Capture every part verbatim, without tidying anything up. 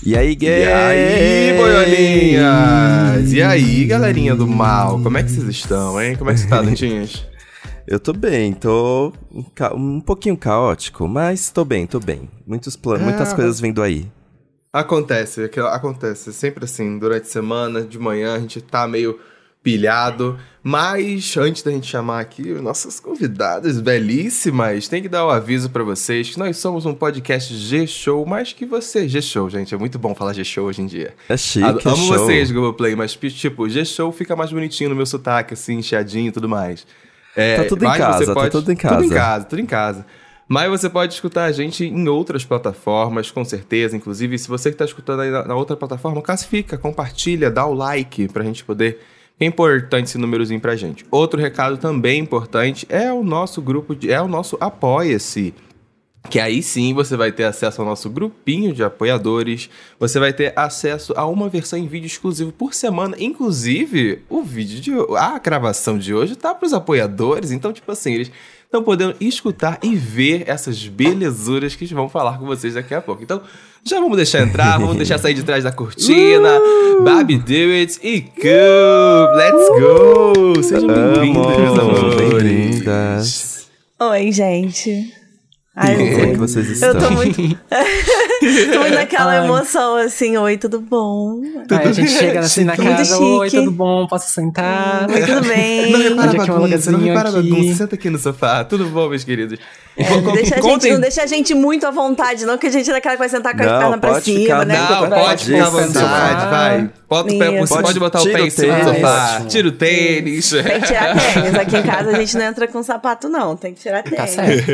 E aí, gay? E aí, boiolinhas? E aí, galerinha do mal? Como é que vocês estão, hein? Como é que você tá, Dantinhas? Eu tô bem, tô um, ca... um pouquinho caótico, mas tô bem, tô bem. Muitos planos, ah, muitas coisas vindo aí. Acontece, acontece. Sempre assim, durante a semana, de manhã, a gente tá meio pilhado. Mas, antes da gente chamar aqui nossas convidadas belíssimas, tem que dar o um aviso pra vocês que nós somos um podcast G-Show, mas que você... G-Show, gente, é muito bom falar G-Show hoje em dia. É chique, Amo é Amo show. vocês, Globoplay, mas, tipo, G-Show fica mais bonitinho no meu sotaque, assim, enxadinho e tudo mais. É, tá tudo em casa, pode... tá tudo em casa. Tudo em casa, tudo em casa. Mas você pode escutar a gente em outras plataformas, com certeza. Inclusive, se você que está escutando aí na, na outra plataforma, classifica, compartilha, dá o like pra gente poder... É importante esse númerozinho pra gente. Outro recado também importante é o nosso grupo, de, é o nosso Apoia-se. Que aí sim você vai ter acesso ao nosso grupinho de apoiadores. Você vai ter acesso a uma versão em vídeo exclusivo por semana. Inclusive, o vídeo de a gravação de hoje tá pros apoiadores. Então, tipo assim, eles estão podendo escutar e ver essas belezuras que vão falar com vocês daqui a pouco. Então, já vamos deixar entrar, vamos deixar sair de trás da cortina. Uh! Babi Do It e Coop, let's go! Sejam bem-vindos, meus amores. Bem-vindas. Oi, gente. Ai, Como é que vocês estão? Eu tô muito... tô muito naquela Ai. emoção, assim, oi, tudo bom? Aí a gente chega assim na casa, oi, tudo bom, posso sentar? Oi, tudo bem? Não repara a bagunça, não repara a bagunça, senta aqui no sofá, tudo bom, meus queridos? É, não, deixa a gente, não deixa a gente muito à vontade, não, que a gente é daquela que vai sentar com a perna pra cima, ficar, né? Não, pode ficar à vontade, vai. Bota o pé, você pode, pode botar o pé em cima do sofá, tira o tênis. Tem que tirar tênis, aqui em casa a gente não entra com sapato não, tem que tirar tênis. Tá certo.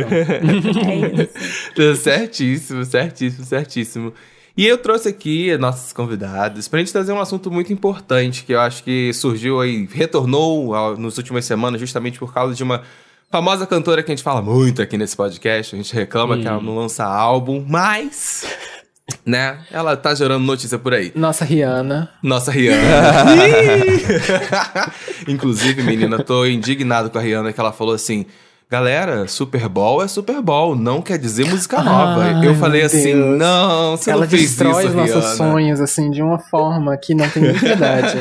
É isso. Certíssimo, certíssimo, certíssimo. E eu trouxe aqui nossos convidados pra gente trazer um assunto muito importante, que eu acho que surgiu aí, retornou ao, nas últimas semanas, justamente por causa de uma famosa cantora que a gente fala muito aqui nesse podcast. A gente reclama hum. que ela não lança álbum, mas... né? Ela tá gerando notícia por aí. Nossa Rihanna. Nossa Rihanna. Inclusive, menina, tô indignado com a Rihanna, que ela falou assim... Galera, Super Bowl é Super Bowl, não quer dizer música nova. Ai, eu falei assim, Deus. não, você Ela não fez isso, Ela destrói os Rihanna. nossos sonhos, assim, de uma forma que não tem nem verdade.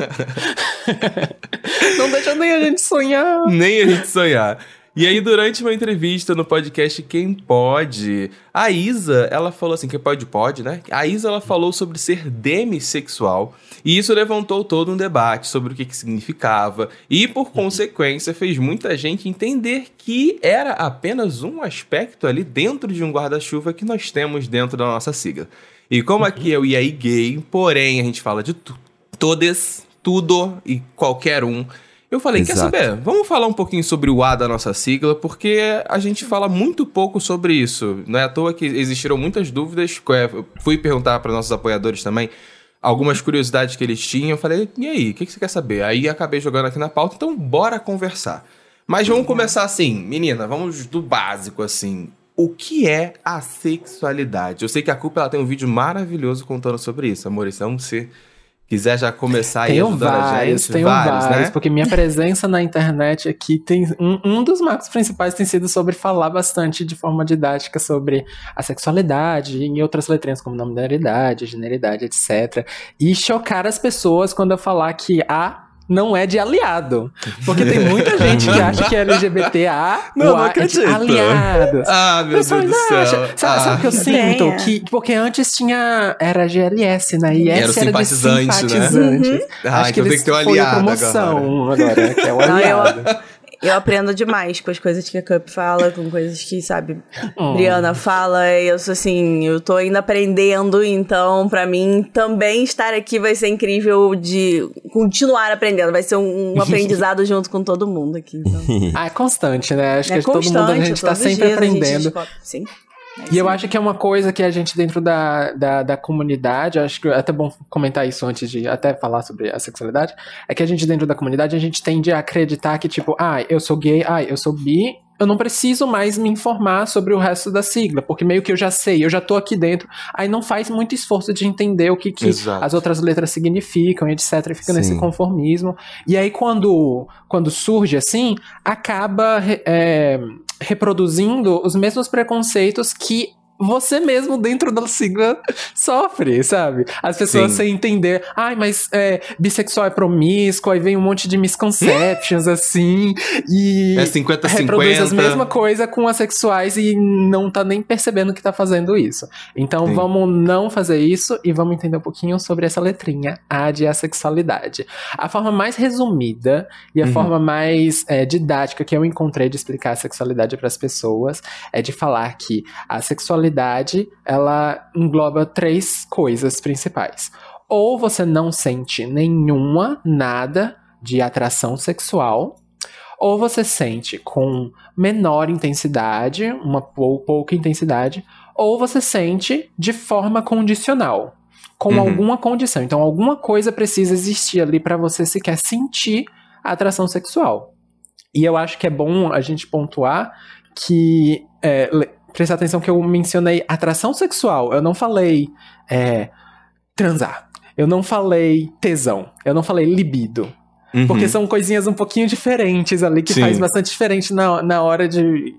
Não deixa nem a gente sonhar. Nem a gente sonhar. E aí, durante uma entrevista no podcast Quem Pode, a Isa, ela falou assim, Quem Pode Pode, né? A Isa, ela falou sobre ser demissexual, e isso levantou todo um debate sobre o que, que significava, e por consequência fez muita gente entender que era apenas um aspecto ali dentro de um guarda-chuva que nós temos dentro da nossa sigla. E como aqui é o E aí Gay, porém a gente fala de tu- todes, tudo e qualquer um, eu falei, Exato. Quer saber? Vamos falar um pouquinho sobre o A da nossa sigla, porque a gente fala muito pouco sobre isso. Não é à toa que existiram muitas dúvidas. Eu fui perguntar para nossos apoiadores também algumas curiosidades que eles tinham. Eu falei, e aí, o que, que você quer saber? Aí acabei jogando aqui na pauta, então bora conversar. Mas vamos começar assim, menina, vamos do básico assim. O que é a sexualidade? Eu sei que a Culpa ela tem um vídeo maravilhoso contando sobre isso, amor. Então, se quiser já começar aí ajudando vários, a gente, tenho vários, vários, né? Porque minha presença na internet aqui tem... Um, um dos marcos principais tem sido sobre falar bastante de forma didática sobre a sexualidade e outras letrinhas como não-binaridade, generalidade, etcétera. E chocar as pessoas quando eu falar que a não é de aliado. Porque tem muita gente que acha que é L G B T A não, o não A acredito. é de aliados. Ah, meu Deus do céu. Sabe, ah. sabe o que eu sinto? É. Que, porque antes tinha... Era G L S, né? E Era S o era de simpatizante, simpatizantes. né? Uhum. Ah, Acho então que eles tem que ter um foi a aliado promoção agora. agora, que é o Não, aliado. eu, eu aprendo demais com as coisas que a Cup fala, com coisas que, sabe, Oh. Briana fala, e eu sou assim, eu tô ainda aprendendo, então pra mim também estar aqui vai ser incrível de continuar aprendendo, vai ser um, um aprendizado junto com todo mundo aqui. Então. Ah, é constante, né? Acho É que todo mundo, a gente tá sempre aprendendo. Descobre, sim. É E eu acho que é uma coisa que a gente dentro da, da, da comunidade, acho que é até bom comentar isso antes de até falar sobre a sexualidade, é que a gente dentro da comunidade, a gente tende a acreditar que tipo, ah, eu sou gay, ah, eu sou bi, eu não preciso mais me informar sobre o resto da sigla, porque meio que eu já sei, eu já tô aqui dentro, aí não faz muito esforço de entender o que, que as outras letras significam, etcétera, e fica Sim. nesse conformismo. E aí quando, quando surge assim, acaba é, reproduzindo os mesmos preconceitos que você mesmo dentro da sigla sofre, sabe? As pessoas Sim. sem entender, ai, mas é, bissexual é promíscuo, aí vem um monte de misconceptions, assim, e É cinquenta reproduz cinquenta. as mesmas coisas com assexuais e não tá nem percebendo que tá fazendo isso. Então Sim. vamos não fazer isso e vamos entender um pouquinho sobre essa letrinha, A de assexualidade. A forma mais resumida e a Uhum. forma mais é, didática que eu encontrei de explicar a sexualidade para as pessoas é de falar que a sexualidade, ela engloba três coisas principais. Ou você não sente nenhuma, nada de atração sexual, ou você sente com menor intensidade, uma pou- pouca intensidade, ou você sente de forma condicional, com Uhum. alguma condição. Então, alguma coisa precisa existir ali para você sequer sentir a atração sexual. E eu acho que é bom a gente pontuar que... É, le- prestar atenção que eu mencionei atração sexual. Eu não falei é, transar. Eu não falei tesão. Eu não falei libido. Uhum. Porque são coisinhas um pouquinho diferentes ali, que Sim. faz bastante diferente na, na hora de...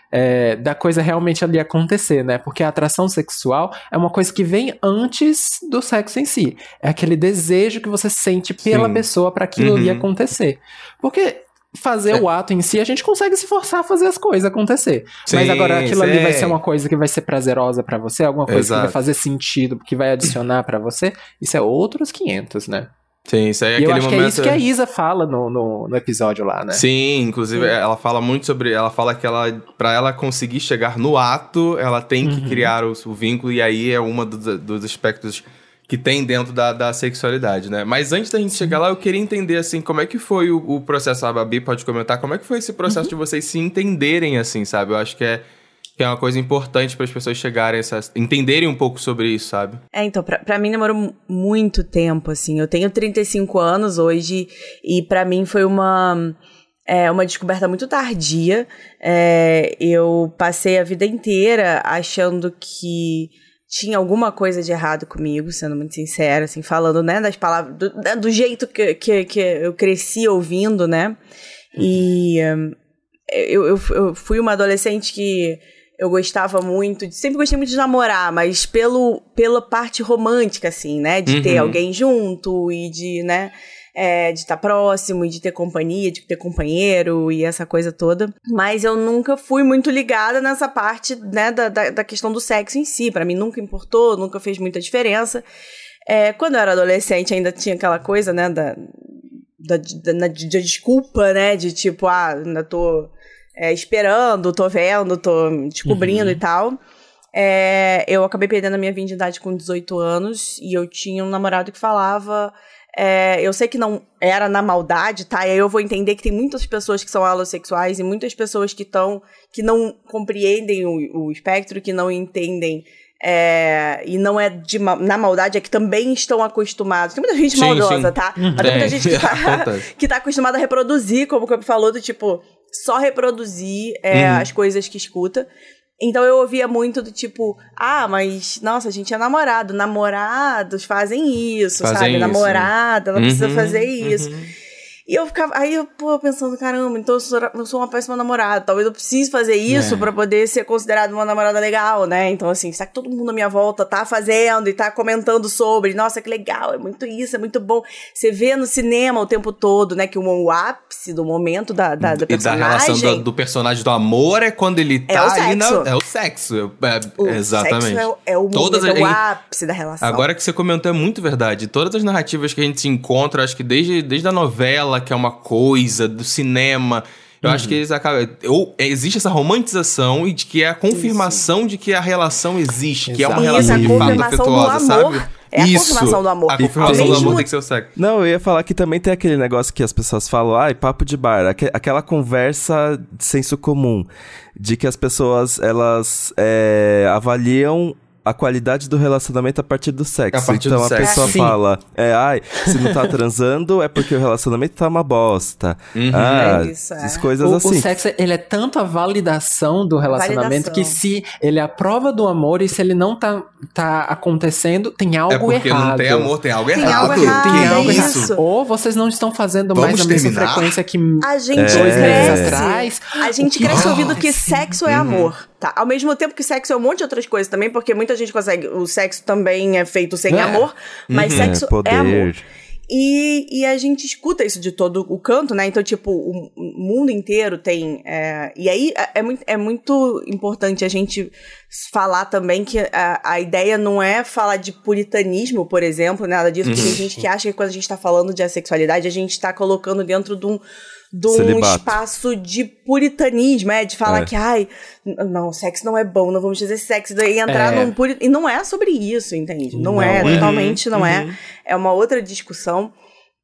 É, da coisa realmente ali acontecer, né? Porque a atração sexual é uma coisa que vem antes do sexo em si. É aquele desejo que você sente pela Sim. pessoa pra aquilo Uhum. ali acontecer. Porque fazer É. o ato em si, a gente consegue se forçar a fazer as coisas acontecer. Sim, Mas agora aquilo ali sim. vai ser uma coisa que vai ser prazerosa pra você, alguma coisa Exato. que vai fazer sentido, que vai adicionar pra você, isso é outros quinhentos, né? Sim, isso aí é E aquele eu acho momento... que é isso que a Isa fala no, no, no episódio lá, né? Sim, inclusive Sim. ela fala muito sobre... Ela fala que ela, pra ela conseguir chegar no ato, ela tem que Uhum. criar o, o vínculo, e aí é uma dos, dos aspectos que tem dentro da, da sexualidade, né? Mas antes da gente chegar lá, eu queria entender, assim, como é que foi o, o processo, a Babi pode comentar, como é que foi esse processo de vocês se entenderem, assim, sabe? Eu acho que é, que é uma coisa importante para as pessoas chegarem, a essa, entenderem um pouco sobre isso, sabe? É, então, pra, pra mim demorou mu- muito tempo, assim. Eu tenho trinta e cinco anos hoje e pra mim foi uma, é, uma descoberta muito tardia. É, eu passei a vida inteira achando que tinha alguma coisa de errado comigo, sendo muito sincera, assim, falando, né, das palavras, do, né, do jeito que, que, que eu cresci ouvindo, né? E hum, eu, eu, eu fui uma adolescente que eu gostava muito, de, sempre gostei muito de namorar, mas pelo, pela parte romântica, assim, né? De ter Uhum. alguém junto e de, né? É, de estar próximo e de ter companhia, de ter companheiro e essa coisa toda. Mas eu nunca fui muito ligada nessa parte, né? Da, da, da questão do sexo em si. Pra mim nunca importou, nunca fez muita diferença. É, quando eu era adolescente ainda tinha aquela coisa, né? Da, da, da, da, da desculpa, né? De tipo, ah, ainda tô... É, esperando, tô vendo, tô descobrindo Uhum. e tal. É, eu acabei perdendo a minha virgindade com dezoito anos e eu tinha um namorado que falava... É, eu sei que não era na maldade, tá? E aí eu vou entender que tem muitas pessoas que são alossexuais e muitas pessoas que estão... que não compreendem o, o espectro, que não entendem... É, e não é de ma- na maldade, é que também estão acostumados. Tem muita gente Sim, maldosa, sim. tá? Uhum. Mas tem muita Tem. gente que tá, Acontece. que tá acostumada a reproduzir, como o Cup falou, do tipo, só reproduzir é, Uhum. as coisas que escuta. Então eu ouvia muito do tipo, ah, mas, nossa, a gente é namorado. Namorados fazem isso, Fazem sabe? isso. Namorada, ela precisa Uhum, fazer isso. uhum. E eu ficava, aí eu, pô, pensando, caramba, então eu sou, eu sou uma péssima namorada. Talvez eu precise fazer isso É. pra poder ser considerada uma namorada legal, né? Então, assim, será que todo mundo à minha volta tá fazendo e tá comentando sobre? Nossa, que legal, é muito isso, é muito bom. Você vê no cinema o tempo todo, né? Que o, o ápice do momento da, da, da E da personagem... relação do, do personagem do amor é quando ele É tá o ali na... sexo. É o sexo. É, o exatamente. sexo é, o- é o, Todas momento, é o as- ápice da relação. Agora que você comentou é muito verdade. Todas as narrativas que a gente se encontra, acho que desde, desde a novela, que é uma coisa, do cinema, eu Uhum. acho que eles acabam... Ou existe essa romantização e de que é a confirmação de que a relação existe, que é uma Exato. relação Isso, de a fato confirmação do afetuosa, amor. sabe? É a Isso, confirmação do amor. A confirmação do Mesmo- amor tem que ser o sexo. Não, eu ia falar que também tem aquele negócio que as pessoas falam, ai, papo de bar, aque- aquela conversa de senso comum, de que as pessoas, elas é, avaliam a qualidade do relacionamento a partir do sexo. A partir então do a sexo. pessoa Sim. fala, é, ai, se não tá transando é porque o relacionamento tá uma bosta. Uhum. Ah, É isso, é. essas coisas O, assim. o sexo, ele é tanto a validação do relacionamento Validação. que se ele é a prova do amor e se ele não tá, tá acontecendo, tem algo É porque errado. não tem amor, tem algo Tem errado. algo errado, Tem é algo isso. errado. Ou vocês não estão fazendo Vamos mais a mesma terminar? frequência que A gente dois meses cresce. atrás. A gente O que cresce ouvindo que acontece? sexo é Uhum. amor. tá? Ao mesmo tempo que sexo é um monte de outras coisas também, porque muita gente consegue... O sexo também é feito sem É. amor, mas Uhum. sexo É, poder. é amor. E, e a gente escuta isso de todo o canto, né? Então, tipo, o mundo inteiro tem... É, e aí, é, é, muito, é muito importante a gente falar também que a, a ideia não é falar de puritanismo, por exemplo, nada disso. Porque tem gente que acha que quando a gente tá falando de assexualidade, a gente tá colocando dentro de um... de um Celibato. espaço de puritanismo, é, de falar É. que, ai, n- não, sexo não é bom, não vamos fazer sexo, e entrar É. num puritanismo. E não é sobre isso, entende? Não, Não é, é. totalmente não Uhum. é. É uma outra discussão,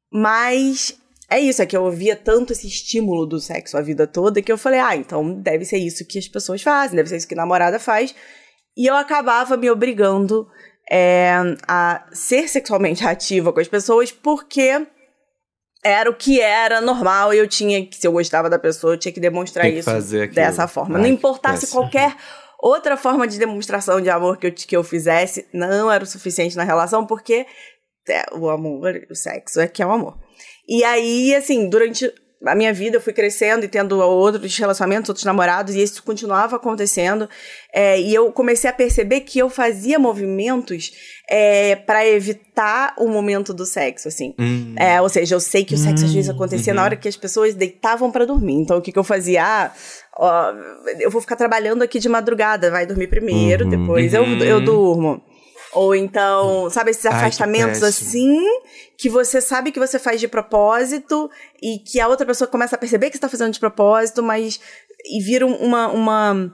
mas é isso, é que eu ouvia tanto esse estímulo do sexo a vida toda, que eu falei, ah, então deve ser isso que as pessoas fazem, deve ser isso que a namorada faz. E eu acabava me obrigando é, a ser sexualmente ativa com as pessoas, porque... era o que era normal e eu tinha que, se eu gostava da pessoa, eu tinha que demonstrar Tem que isso fazer aquilo. dessa forma. Ai, não que importasse péssimo. qualquer outra forma de demonstração de amor que eu, que eu fizesse, não era o suficiente na relação, porque é, o amor, o sexo é que é o amor. E aí, assim, durante a minha vida eu fui crescendo e tendo outros relacionamentos, outros namorados, e isso continuava acontecendo. É, e eu comecei a perceber que eu fazia movimentos é, para evitar o momento do sexo, assim. Hum. É, ou seja, eu sei que o sexo às vezes acontecia uhum. na hora que as pessoas deitavam pra dormir. Então, o que, que eu fazia? Ah, ó, eu vou ficar trabalhando aqui de madrugada, vai dormir primeiro, Uhum. depois Uhum. eu, eu durmo. Ou então, sabe, esses Ai, que afastamentos péssimo. assim, que você sabe que você faz de propósito e que a outra pessoa começa a perceber que você tá fazendo de propósito, mas... E vira uma... uma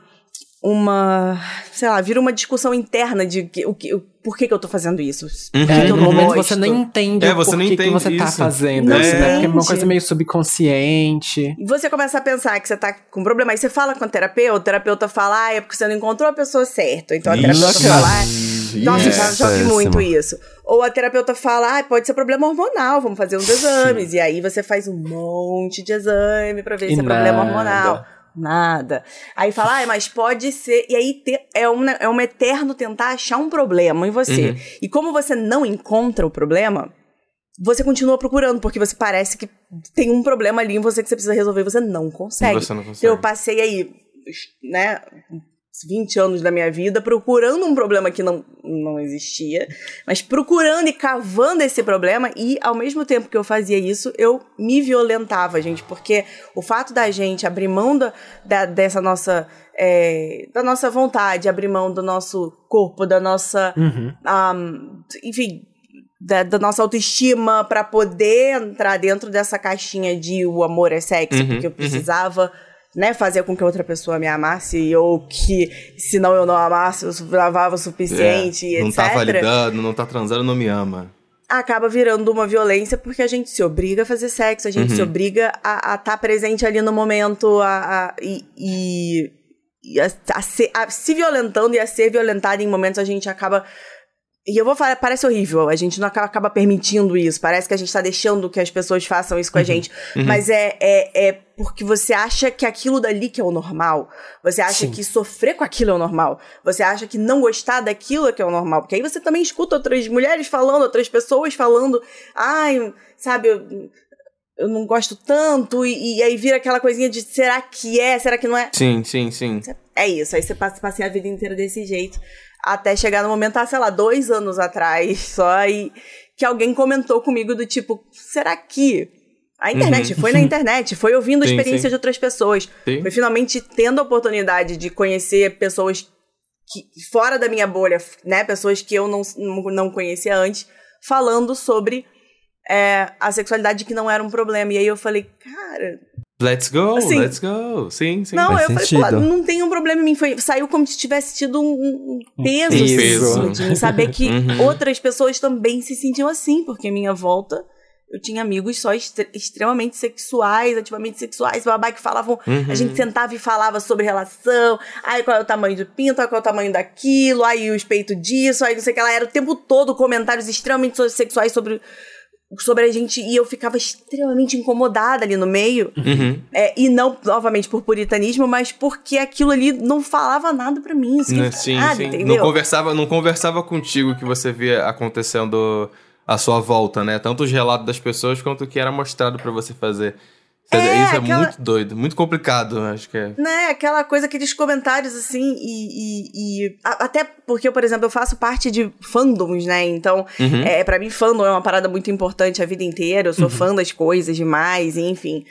uma, sei lá, vira uma discussão interna de que, o que, o, por que que eu tô fazendo isso. Por Uhum. que É, que eu no não momento gosto? você nem entende É, o você não porquê que entende você tá isso. fazendo Não isso, né? Porque é uma entende. coisa meio subconsciente. E você começa a pensar que você tá com um problema, aí você fala com o terapeuta, o terapeuta fala, ah, é porque você não encontrou a pessoa certa. Então a terapeuta Ixi. fala, ah, nossa, eu já, já ouvi Péssimo. muito isso. Ou a terapeuta fala, ah, pode ser problema hormonal, vamos fazer uns exames. E aí você faz um monte de exame pra ver E se é problema nada. hormonal. Nada. Aí fala, ah, mas pode ser. E aí te, é, um, é um eterno tentar achar um problema em você. Uhum. E como você não encontra o problema, você continua procurando, porque você parece que tem um problema ali em você que você precisa resolver e você não consegue. Você não Então, consegue. eu passei aí, né, vinte anos da minha vida procurando um problema que não, não existia, mas procurando e cavando esse problema, e ao mesmo tempo que eu fazia isso, eu me violentava, gente, porque o fato da gente abrir mão da, da, dessa nossa, é, da nossa vontade, abrir mão do nosso corpo, da nossa, Uhum. um, enfim, da, da nossa autoestima pra poder entrar dentro dessa caixinha de o amor é sexo, Uhum, porque eu uhum. precisava, né, fazer com que outra pessoa me amasse, ou que, se não eu não amasse, eu lavava o suficiente, É, não etcétera. tá validando, não tá transando, não me ama. Acaba virando uma violência porque a gente se obriga a fazer sexo, a gente Uhum. se obriga a estar presente ali no momento, a, a- e, e, e a, a ser- a se violentando e a ser violentado em momentos a gente acaba... E eu vou falar, parece horrível, a gente não acaba, acaba permitindo isso, parece que a gente tá deixando que as pessoas façam isso com a gente, Uhum. mas é, é, é porque você acha que aquilo dali que é o normal, você acha Sim. que sofrer com aquilo é o normal, você acha que não gostar daquilo é que é o normal, porque aí você também escuta outras mulheres falando, outras pessoas falando, ai, sabe, eu, eu não gosto tanto, e, e aí vira aquela coisinha de será que é, será que não é? Sim, sim, sim. É isso, aí você passa, passa a vida inteira desse jeito, até chegar no momento, ah, sei lá, dois anos atrás só, e que alguém comentou comigo do tipo, será que... A internet, Uhum. foi na internet, foi ouvindo a Sim, experiência sim. de outras pessoas, Sim. foi finalmente tendo a oportunidade de conhecer pessoas que, fora da minha bolha, né, pessoas que eu não, não conhecia antes, falando sobre é, a sexualidade que não era um problema, e aí eu falei, cara... Let's go, Assim, let's go. Sim, sim. Não, Faz eu sentido. falei, pô, não tem um problema em mim. Foi, saiu como se tivesse tido um, um peso, peso. em cima de mim. Saber que Uhum. outras pessoas também se sentiam assim, porque à minha volta eu tinha amigos só extre- extremamente sexuais, ativamente sexuais, babá, que falavam, Uhum. a gente sentava e falava sobre relação, ai, qual é o tamanho do pinto, ai, qual é o tamanho daquilo, ai, os peitos disso, ai, não sei o que lá. Era o tempo todo comentários extremamente sexuais sobre... sobre a gente, e eu ficava extremamente incomodada ali no meio, Uhum. é, e não, novamente, por puritanismo, mas porque aquilo ali não falava nada pra mim, não Né, significa Sim, nada, sim. entendeu? Não conversava, não conversava contigo que você via acontecendo à sua volta, né? Tanto os relatos das pessoas quanto o que era mostrado pra você fazer. É, Isso é aquela... muito doido, muito complicado, acho que é. Né, aquela coisa, aqueles comentários assim, e, e, e a, até porque, por exemplo, eu faço parte de fandoms, né, então, Uhum. é, pra mim fandom é uma parada muito importante a vida inteira, eu sou Uhum. fã das coisas demais, enfim.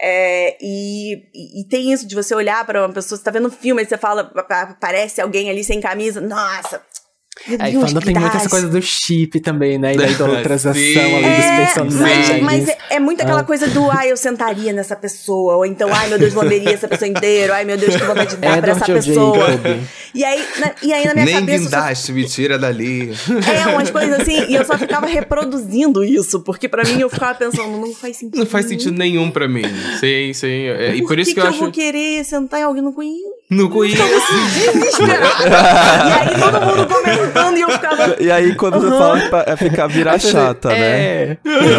É, e, e tem isso de você olhar pra uma pessoa, você tá vendo um filme, aí você fala, aparece alguém ali sem camisa, nossa... Meu Aí, Deus, fandom tem idade. muito essa coisa do chip também, né? E da idolatrização Sim. ali É, dos personagens. Mas, mas é, é muito aquela Ah. coisa do, ai, eu sentaria nessa pessoa, ou então, ai, meu Deus, lamberia essa pessoa inteira, ai, meu Deus, que vontade de dar pra essa Edward pessoa. Jacob. E aí, na, e aí, na minha Nem cabeça... guindaste, me tira dali. Só, é, umas coisas assim, e eu só ficava reproduzindo isso, porque pra mim eu ficava pensando, não faz sentido. Não faz sentido nenhum pra mim. Sim, sim. É, e por isso que que, que eu eu acho... vou querer sentar em alguém que não conheço? Não conheço. Desesperada. E aí todo mundo comentando e eu ficava... E aí, quando você Uhum. fala pra é ficar virar chata, né? É.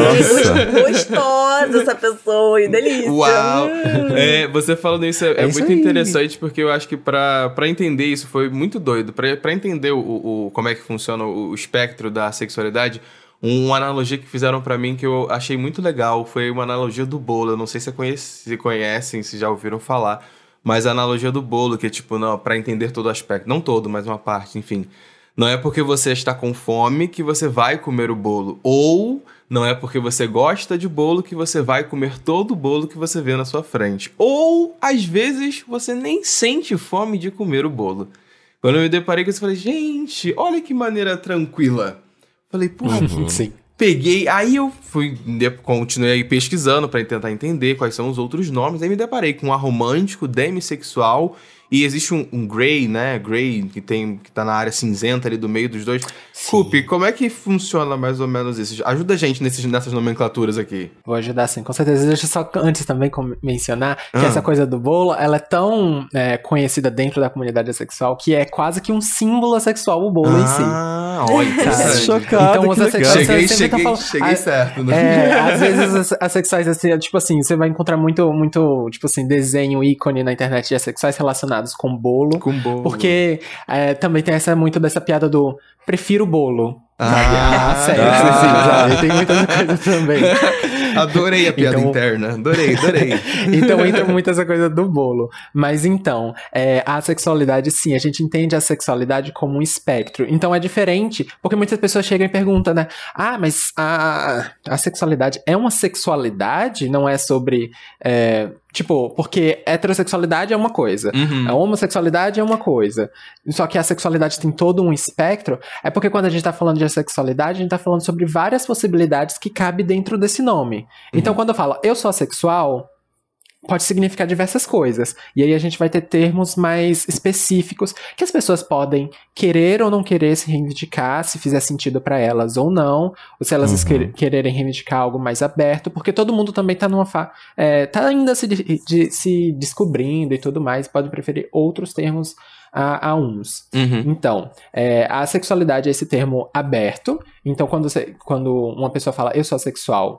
Nossa. Gostosa essa pessoa, e delícia. Uau! Hum. É, você falando isso é, é É isso muito aí. interessante, porque eu acho que pra, pra entender isso foi muito doido. Pra, pra entender o, o, como é que funciona o, o espectro da sexualidade, uma analogia que fizeram pra mim que eu achei muito legal foi uma analogia do bolo. Eu não sei se, conhece, se conhecem, se já ouviram falar, mas a analogia do bolo, que é tipo, não, pra entender todo o aspecto. Não todo, mas uma parte, enfim. Não é porque você está com fome que você vai comer o bolo. Ou não é porque você gosta de bolo que você vai comer todo o bolo que você vê na sua frente. Ou, às vezes, você nem sente fome de comer o bolo. Quando eu me deparei com isso, eu falei, gente, olha que maneira tranquila. Falei, pô, Sim. peguei... Aí eu fui, continuei pesquisando para tentar entender quais são os outros nomes. Aí me deparei com um aromântico, demissexual... E existe um, um Grey, né? Grey, que, tem, que tá na área cinzenta ali do meio dos dois. Cupi, como é que funciona mais ou menos isso? Ajuda a gente nesses, nessas nomenclaturas aqui. Vou ajudar sim, com certeza. Deixa eu só antes também com- mencionar que Ah. essa coisa do bolo, ela é tão é, conhecida dentro da comunidade sexual que é quase que um símbolo sexual o bolo em si. Ah, olha, Tô interessante. chocado, Então, os que legal. assexuais Cheguei, sempre cheguei, tão falando- cheguei Ah, certo, né? É, às vezes as, as sexuais, assim, tipo assim, você vai encontrar muito, muito, tipo assim, desenho, ícone na internet de assexuais relacionados com bolo. Com bolo. Porque é, também tem essa, muito dessa piada do prefiro bolo. Ah, Ah, sério, ah. assim, sabe? Tem muita coisa também. Adorei a piada Então- interna. Adorei, adorei. Então entra muito essa coisa do bolo. Mas então, é, a sexualidade, sim, a gente entende a sexualidade como um espectro. Então é diferente, porque muitas pessoas chegam e perguntam, né? Ah, mas a, a sexualidade é uma sexualidade? Não é sobre... é, tipo, porque heterossexualidade é uma coisa. Uhum. A homossexualidade é uma coisa. Só que a sexualidade tem todo um espectro. É porque quando a gente tá falando de sexualidade, a gente tá falando sobre várias possibilidades que cabem dentro desse nome. Então, quando eu falo eu sou assexual, pode significar diversas coisas. E aí a gente vai ter termos mais específicos que as pessoas podem querer ou não querer se reivindicar, se fizer sentido pra elas ou não, ou se elas Uhum. quer- quererem reivindicar algo mais aberto, porque todo mundo também tá numa fa é, tá ainda se, de- de- se descobrindo e tudo mais, pode preferir outros termos a, a uns. Uhum. Então, é, a sexualidade é esse termo aberto. Então, quando, você, quando uma pessoa fala eu sou assexual,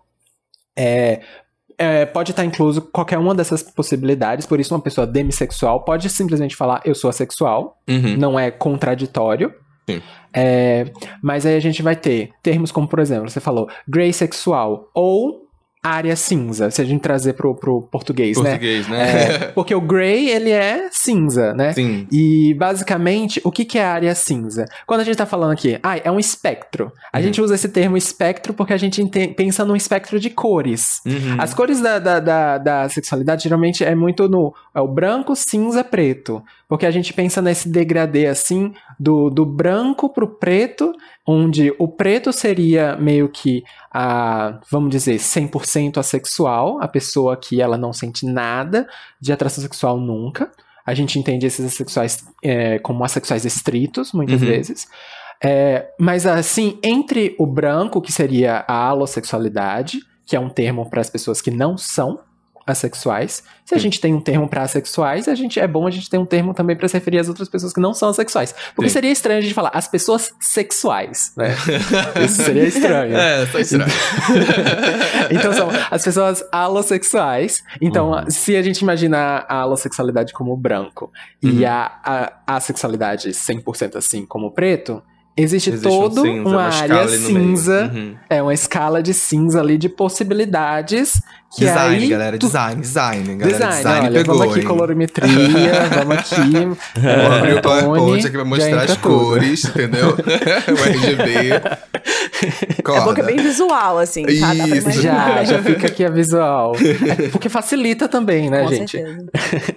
é, é, pode estar incluso qualquer uma dessas possibilidades. Por isso, uma pessoa demissexual pode simplesmente falar eu sou assexual. Uhum. Não é contraditório. Sim. É, mas aí a gente vai ter termos como, por exemplo, você falou grey sexual ou área cinza, se a gente trazer pro, pro português, né? Português, né? É, porque o grey, ele é cinza, né? Sim. E, basicamente, o que que é a área cinza? Quando a gente tá falando aqui, ah, é um espectro. A Uhum. gente usa esse termo espectro porque a gente ente- pensa num espectro de cores. Uhum. As cores da, da, da, da sexualidade, geralmente, é muito no é o branco, cinza, preto. Porque a gente pensa nesse degradê, assim, do, do branco pro preto, onde o preto seria meio que a, vamos dizer, cem por cento assexual, a pessoa que ela não sente nada de atração sexual nunca. A gente entende esses assexuais é, como assexuais estritos, muitas Uhum. vezes. É, mas, assim, entre o branco, que seria a alossexualidade, que é um termo para as pessoas que não são assexuais. Se a Sim. gente tem um termo para assexuais, a gente, é bom a gente ter um termo também para se referir às outras pessoas que não são assexuais. Porque Sim. seria estranho a gente falar as pessoas sexuais, né? Isso seria estranho. É, só estranho. Então são as pessoas alossexuais. Então, Uhum. se a gente imaginar a alossexualidade como branco Uhum. e a, a, a sexualidade cem por cento assim como preto, Existe, Existe toda um cinza, uma, uma área cinza, uhum. é uma escala de cinza ali de possibilidades. Que design, aí, galera, tu... design, design, galera, design, design olha, pegou, vamos aqui hein? colorimetria, vamos aqui. Vou abrir o PowerPoint aqui pra mostrar as cores, tudo. Entendeu? O R G B. É bom que é bem visual, assim, tá? Dá pra já, já fica aqui a visual. É porque facilita também, né, Com gente? certeza.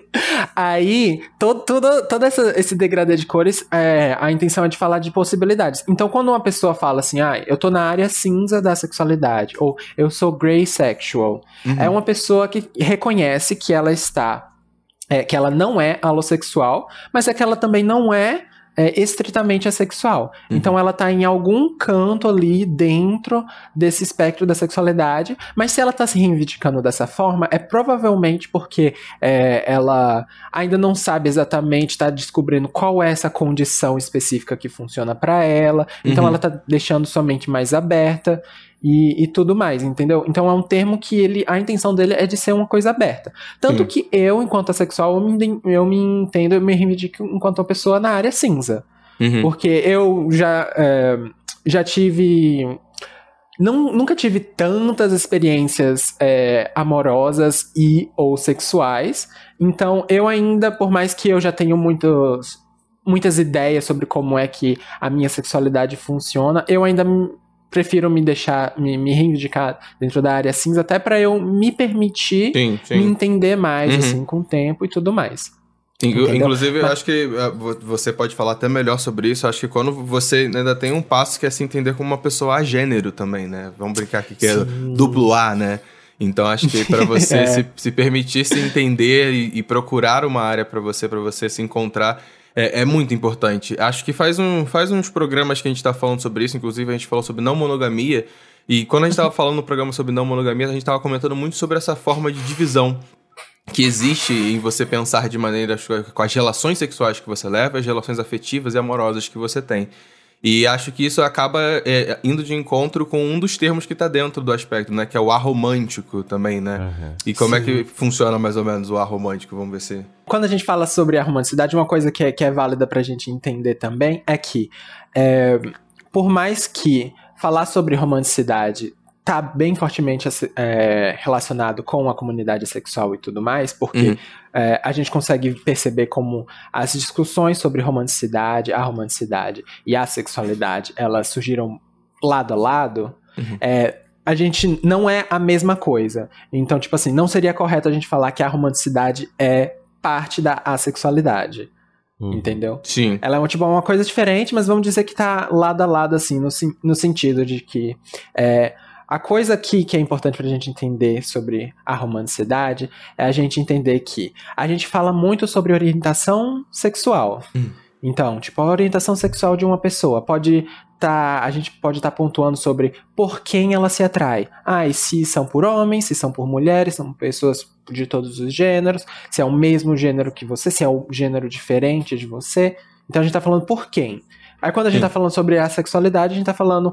Aí, todo, todo, todo essa, esse degradê de cores, é, a intenção é de falar de possibilidades. Então, quando uma pessoa fala assim, ah, eu tô na área cinza da sexualidade, ou eu sou grey sexual, uhum. é uma pessoa que reconhece que ela está, é, que ela não é alossexual, mas é que ela também não é É estritamente assexual. Uhum. Então ela tá em algum canto ali dentro desse espectro da sexualidade, mas se ela tá se reivindicando dessa forma, é provavelmente porque é, ela ainda não sabe exatamente, tá descobrindo qual é essa condição específica que funciona para ela, então uhum. ela tá deixando sua mente mais aberta e, e tudo mais, entendeu? Então é um termo que ele, a intenção dele é de ser uma coisa aberta. Tanto Sim. que eu, enquanto assexual, eu me, eu me entendo, eu me reivindico enquanto uma pessoa na área cinza. Uhum. Porque eu já, é, já tive... Não, nunca tive tantas experiências é, amorosas e ou sexuais. Então eu ainda, por mais que eu já tenho muitos, muitas ideias sobre como é que a minha sexualidade funciona, eu ainda... prefiro me deixar, me, me reivindicar dentro da área cinza, até pra eu me permitir sim, sim. me entender mais, uhum. assim, com o tempo e tudo mais. Entendeu? Inclusive, Mas... eu acho que uh, você pode falar até melhor sobre isso. Eu acho que quando você ainda tem um passo que é se entender como uma pessoa a gênero também, né? Vamos brincar aqui que é sim. duplo A, né? Então, acho que pra você é. se, se permitir se entender e, e procurar uma área pra você, pra você se encontrar... É, é muito importante. Acho que faz, um, faz uns programas que a gente tá falando sobre isso, inclusive a gente falou sobre não monogamia, e quando a gente tava falando no programa sobre não monogamia, a gente tava comentando muito sobre essa forma de divisão que existe em você pensar de maneira com as relações sexuais que você leva, as relações afetivas e amorosas que você tem. E acho que isso acaba é, indo de encontro com um dos termos que tá dentro do aspecto, né? Que é o aromântico também, né? Uhum. E como Sim. é que funciona mais ou menos o aromântico? Vamos ver se... Quando a gente fala sobre a romanticidade, uma coisa que é, que é válida pra gente entender também é que, é, por mais que falar sobre romanticidade tá bem fortemente é, relacionado com a comunidade sexual e tudo mais, porque uhum. é, a gente consegue perceber como as discussões sobre romanticidade, a romanticidade e a sexualidade, elas surgiram lado a lado, uhum. é, a gente não é a mesma coisa. Então, tipo assim, não seria correto a gente falar que a romanticidade é parte da assexualidade. Uhum. Entendeu? Sim. Ela é tipo, uma coisa diferente, mas vamos dizer que tá lado a lado, assim, no, no sentido de que... É, a coisa aqui que é importante pra gente entender sobre a romanticidade é a gente entender que a gente fala muito sobre orientação sexual. Hum. Então, tipo, a orientação sexual de uma pessoa pode tá, a gente pode estar tá pontuando sobre por quem ela se atrai. Ah, e se são por homens, se são por mulheres, são pessoas de todos os gêneros, se é o mesmo gênero que você, se é um gênero diferente de você. Então a gente tá falando por quem. Aí quando a gente Sim. tá falando sobre a sexualidade, a gente tá falando...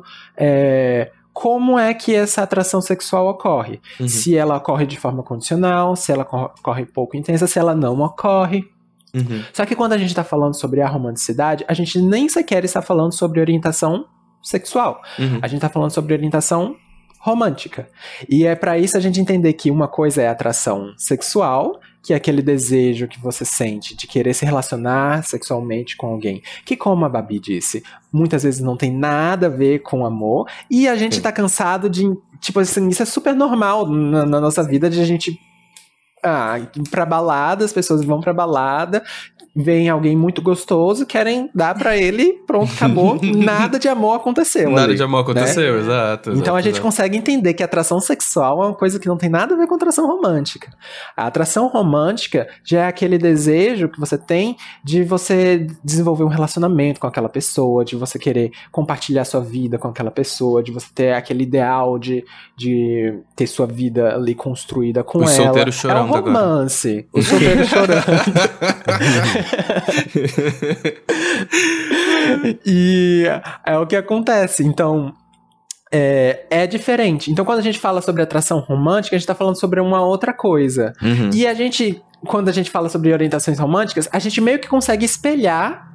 É, como é que essa atração sexual ocorre. Uhum. Se ela ocorre de forma condicional, se ela ocorre pouco intensa, se ela não ocorre. Uhum. Só que quando a gente está falando sobre a romanticidade, a gente nem sequer está falando sobre orientação sexual. Uhum. A gente está falando sobre orientação romântica. E é para isso a gente entender que uma coisa é atração sexual, que é aquele desejo que você sente de querer se relacionar sexualmente com alguém, que, como a Babi disse, muitas vezes não tem nada a ver com amor, e a gente Sim. tá cansado de, tipo assim, isso é super normal na, na nossa vida, de a gente ah, ir pra balada, as pessoas vão pra balada, vem alguém muito gostoso, querem dar pra ele, pronto, acabou, nada de amor aconteceu. Nada ali, de amor aconteceu, né? exato, exato. Então a gente exato. consegue entender que a atração sexual é uma coisa que não tem nada a ver com atração romântica. A atração romântica já é aquele desejo que você tem de você desenvolver um relacionamento com aquela pessoa, de você querer compartilhar sua vida com aquela pessoa, de você ter aquele ideal de, de ter sua vida ali construída com o ela. O solteiro chorando agora. É um romance. Agora. O solteiro chorando. E é o que acontece. Então é, é diferente. Então quando a gente fala sobre atração romântica, a gente tá falando sobre uma outra coisa. Uhum. E a gente, quando a gente fala sobre orientações românticas, a gente meio que consegue espelhar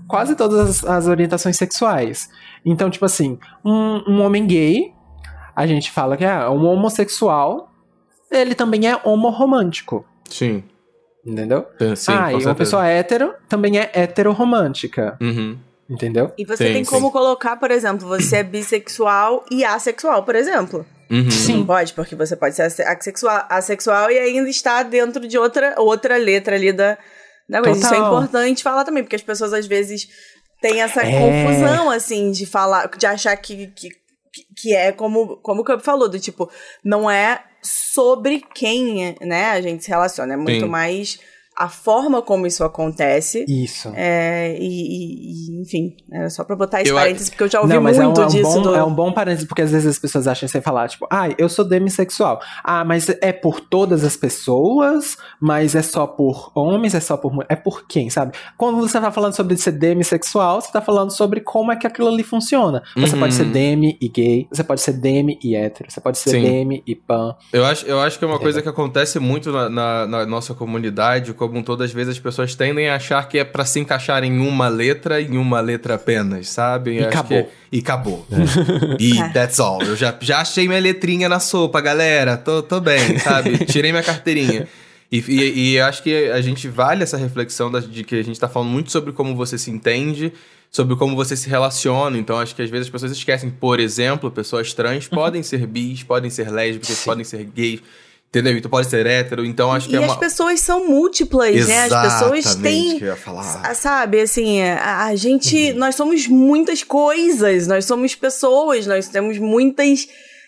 quase todas as, as orientações sexuais. Então, tipo assim, um, um homem gay, a gente fala que é um homossexual, ele também é homorromântico. Sim. Entendeu? Sim, ah, e uma pessoa hétero também é heteroromântica. Uhum. Entendeu? E você sim, tem sim. como colocar, por exemplo, você é bissexual e assexual, por exemplo. Uhum. Sim. Não pode, porque você pode ser assexual, assexual e ainda estar dentro de outra, outra letra ali da, da coisa. Isso é importante falar também, porque as pessoas às vezes têm essa É. confusão, assim, de falar, de achar que, que, que é como, como o Cup falou, do tipo, não é sobre quem, né, a gente se relaciona, é muito Sim. mais a forma como isso acontece. Isso. É, e, e, e, enfim, era só pra botar esse Eu parênteses, porque eu já ouvi Não, mas muito é um, é um disso. Bom, do... É um bom parênteses, porque às vezes as pessoas acham sem falar, tipo, ah, eu sou demissexual. Ah, mas é por todas as pessoas, mas é só por homens, é só por mulheres. É por quem, sabe? Quando você tá falando sobre ser demissexual, você tá falando sobre como é que aquilo ali funciona. Você Uhum. pode ser demi e gay, você pode ser demi e hétero, você pode ser Sim. demi e pan. Eu acho, eu acho que é uma Entendeu? coisa que acontece muito na, na, na nossa comunidade, como todas as vezes as pessoas tendem a achar que é pra se encaixar em uma letra, em uma letra apenas, sabe? E Acho acabou. que é- E acabou. E É. that's all. Eu já, já achei minha letrinha na sopa, galera. Tô, tô bem, sabe? Tirei minha carteirinha. E, e, e acho que a gente vale essa reflexão da, de que a gente tá falando muito sobre como você se entende, sobre como você se relaciona. Então, acho que às vezes as pessoas esquecem, por exemplo, pessoas trans podem ser bis, podem ser lésbicas, Sim. podem ser gays, entendeu? Então pode ser hétero. Então, acho que E é as uma... pessoas são múltiplas, né? As pessoas Exatamente têm... que eu ia falar. Sabe, assim, a, a gente... Uhum. Nós somos muitas coisas, nós somos pessoas, nós temos muitas...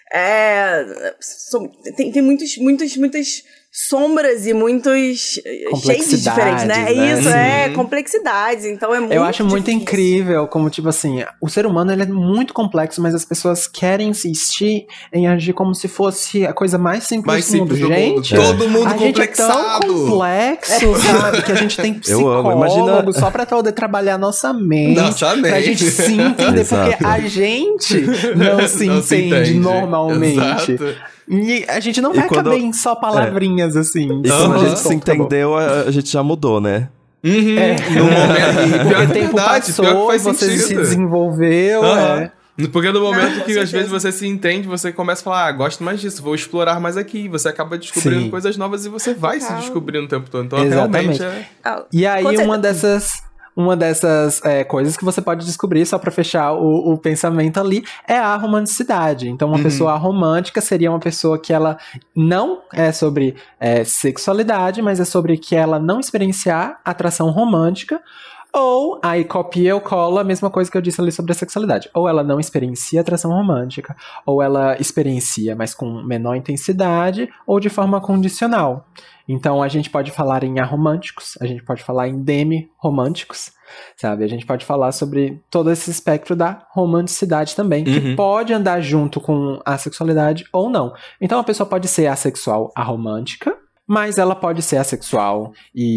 É, som- tem, tem muitos, muitos, muitas sombras e muitos shades diferentes, né? É né? isso, Uhum. é, complexidades, então é muito Eu acho muito difícil. incrível como, tipo assim, o ser humano ele é muito complexo, mas as pessoas querem insistir em agir como se fosse a coisa mais simples Mais do mundo. simples do mundo. Gente, Todo mundo a gente é tão complexado. complexo, sabe? Que a gente tem Eu amo, psicólogo imagina- só pra poder trabalhar a nossa mente. Nossa mente. Pra gente se entender, porque Exato. a gente não se Não se entende entende. normalmente. Exato. E a gente não E vai quando- caber em só palavrinhas assim. E Aham. quando a gente se Tá bom. entendeu, a, a gente já mudou, né? Uhum. É. No momento. Pior O que tempo verdade, passou, pior que faz você se sentido. desenvolveu. Aham. É. Porque no momento Não, com que às certeza. vezes você se entende, você começa a falar, ah, gosto mais disso, vou explorar mais aqui. Você acaba descobrindo Sim. coisas novas e você vai se Total. descobrindo o tempo todo. Então, Exatamente. realmente, é... Ah, E aí, com certeza. uma dessas, uma dessas é, coisas que você pode descobrir, só pra fechar o, o pensamento ali, é a romanticidade. Então, uma Uhum. pessoa romântica seria uma pessoa que ela não é sobre é, sexualidade, mas é sobre que ela não experienciar atração romântica. Ou, aí copia ou cola a mesma coisa que eu disse ali sobre a sexualidade. Ou ela não experiencia atração romântica, ou ela experiencia, mas com menor intensidade, ou de forma condicional. Então a gente pode falar em aromânticos, a gente pode falar em demi-românticos, sabe? A gente pode falar sobre todo esse espectro da romanticidade também, que Uhum. pode andar junto com a sexualidade ou não. Então a pessoa pode ser assexual aromântica, mas ela pode ser assexual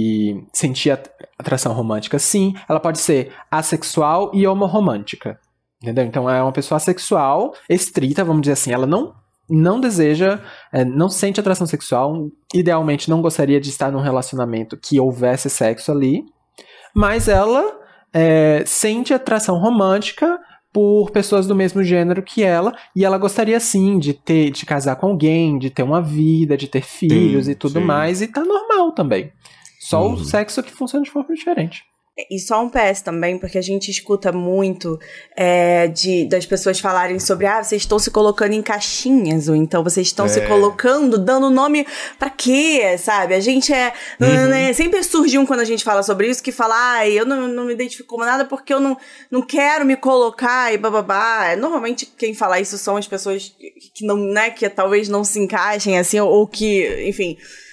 e sentir at- atração romântica, sim. Ela pode ser assexual e homorromântica, entendeu? Então é uma pessoa assexual, estrita, vamos dizer assim. Ela não, não deseja, é, não sente atração sexual, idealmente não gostaria de estar num relacionamento que houvesse sexo ali, mas ela é, sente atração romântica por pessoas do mesmo gênero que ela, e ela gostaria sim de ter, de casar com alguém, de ter uma vida, de ter filhos Sim, e tudo sim. mais, e tá normal também. Só Uhum. o sexo que funciona de forma diferente. E só um P S também, porque a gente escuta muito é, de, das pessoas falarem sobre, ah, vocês estão se colocando em caixinhas, ou então vocês estão se É. colocando, dando nome pra quê, sabe? A gente é... Uhum. né, sempre surge um quando a gente fala sobre isso, que fala, ah, eu não, não me identifico com nada porque eu não, não quero me colocar e bababá. Normalmente quem fala isso são as pessoas que não, né, que talvez não se encaixem assim, ou, ou que, enfim...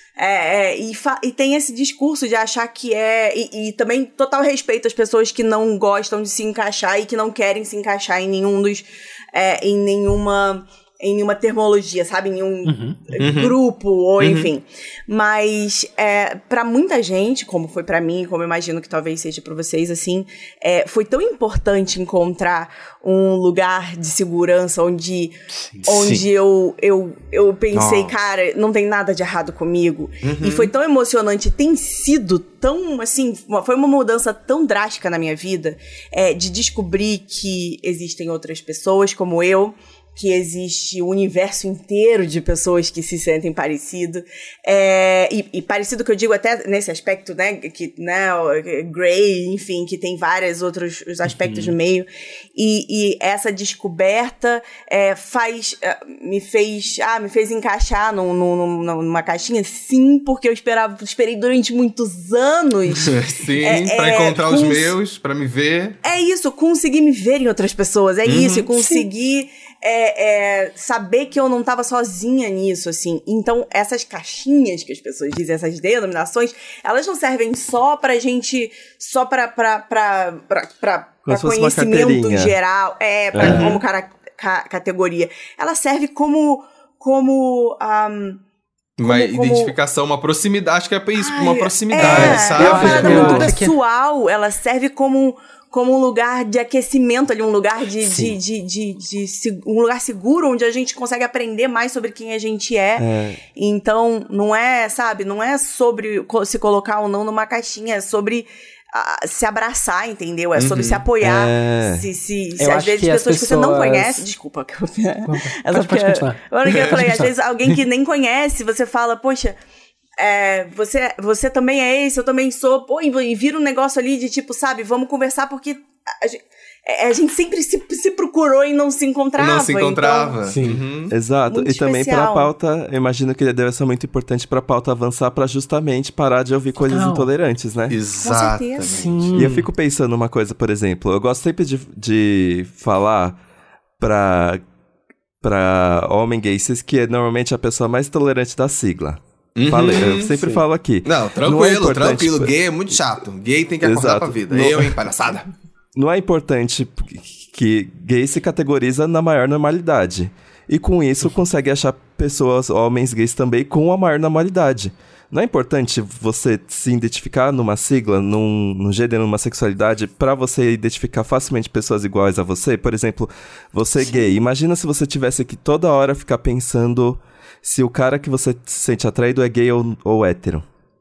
É, é, e, fa- e tem esse discurso de achar que é... E, e também total respeito às pessoas que não gostam de se encaixar e que não querem se encaixar em nenhum dos... É, em nenhuma... em uma terminologia, sabe? Em um Uhum. grupo, ou Uhum. enfim. Mas, é, pra muita gente, como foi pra mim, como eu imagino que talvez seja pra vocês, assim, é, foi tão importante encontrar um lugar de segurança onde, onde Sim. eu, eu, eu pensei, Nossa. cara, não tem nada de errado comigo. Uhum. E foi tão emocionante, tem sido tão, assim, uma- foi uma mudança tão drástica na minha vida, é, de descobrir que existem outras pessoas como eu, que existe o universo inteiro de pessoas que se sentem parecido. É, e, e parecido que eu digo até nesse aspecto, né, que, né, o Grey, enfim, que tem vários outros os aspectos Uhum. no meio. E, e essa descoberta é, faz, é, me fez, ah, me fez encaixar num, num, numa caixinha, sim, porque eu esperava, esperei durante muitos anos. Sim, É, pra é, encontrar os com- meus, pra me ver. É isso, conseguir me ver em outras pessoas, é Uhum, isso, e conseguir é, é, saber que eu não tava sozinha nisso, assim. Então, essas caixinhas que as pessoas dizem, essas denominações, elas não servem só pra gente, só pra, pra, pra, pra, pra, Como pra se fosse uma conhecimento carteirinha. geral, é, pra, Uhum. como cara, ca- categoria. Ela serve como, como, um, Uma Como- como- identificação, uma proximidade. Acho que é pra isso, uma Ai, proximidade, é, sabe? É Eu uma acho parada que muito eu- acho que- pessoal, ela serve como, como um lugar de aquecimento ali, um lugar de, de, Sim. de, de, de se- um lugar seguro onde a gente consegue aprender mais sobre quem a gente é. É, Então, não é, sabe, não é sobre co- se colocar ou não numa caixinha, é sobre ah, se abraçar, entendeu? É sobre Uhum. se apoiar. É. Se, se, se Eu às acho vezes que as pessoas que você não pessoas- conhece. Desculpa, que eu. Essa Pode, pode porque- continuar. Agora que eu falei, às Pode vezes alguém que nem conhece, você fala, poxa, é, você, você também é esse, eu também sou, pô, e, e vira um negócio ali de tipo, sabe, vamos conversar porque a, gente- a gente sempre se, se procurou e não se encontrava. Não se encontrava. Então, Sim. Uhum. exato. Muito E também pra especial. pauta, eu imagino que deve ser muito importante pra pauta avançar pra justamente parar de ouvir coisas Total. intolerantes, né? Exatamente. Sim. E eu fico pensando uma coisa, por exemplo, eu gosto sempre de, de falar pra, pra homem gay cis, que é normalmente a pessoa mais tolerante da sigla. Uhum. Falei, eu sempre Sim. falo aqui. Não, Não é tranquilo, importante, tranquilo. tipo- Gay é muito chato. Gay tem que acordar Exato. pra vida. Não- Eu, hein, palhaçada. Não é importante que gay se categoriza na maior normalidade. E com isso consegue achar pessoas, homens gays também, com a maior normalidade. Não é importante você se identificar numa sigla, num, num gênero, numa sexualidade, pra você identificar facilmente pessoas iguais a você? Por exemplo, você gay. Imagina se você tivesse que toda hora ficar pensando se o cara que você se sente atraído é gay ou, ou hétero.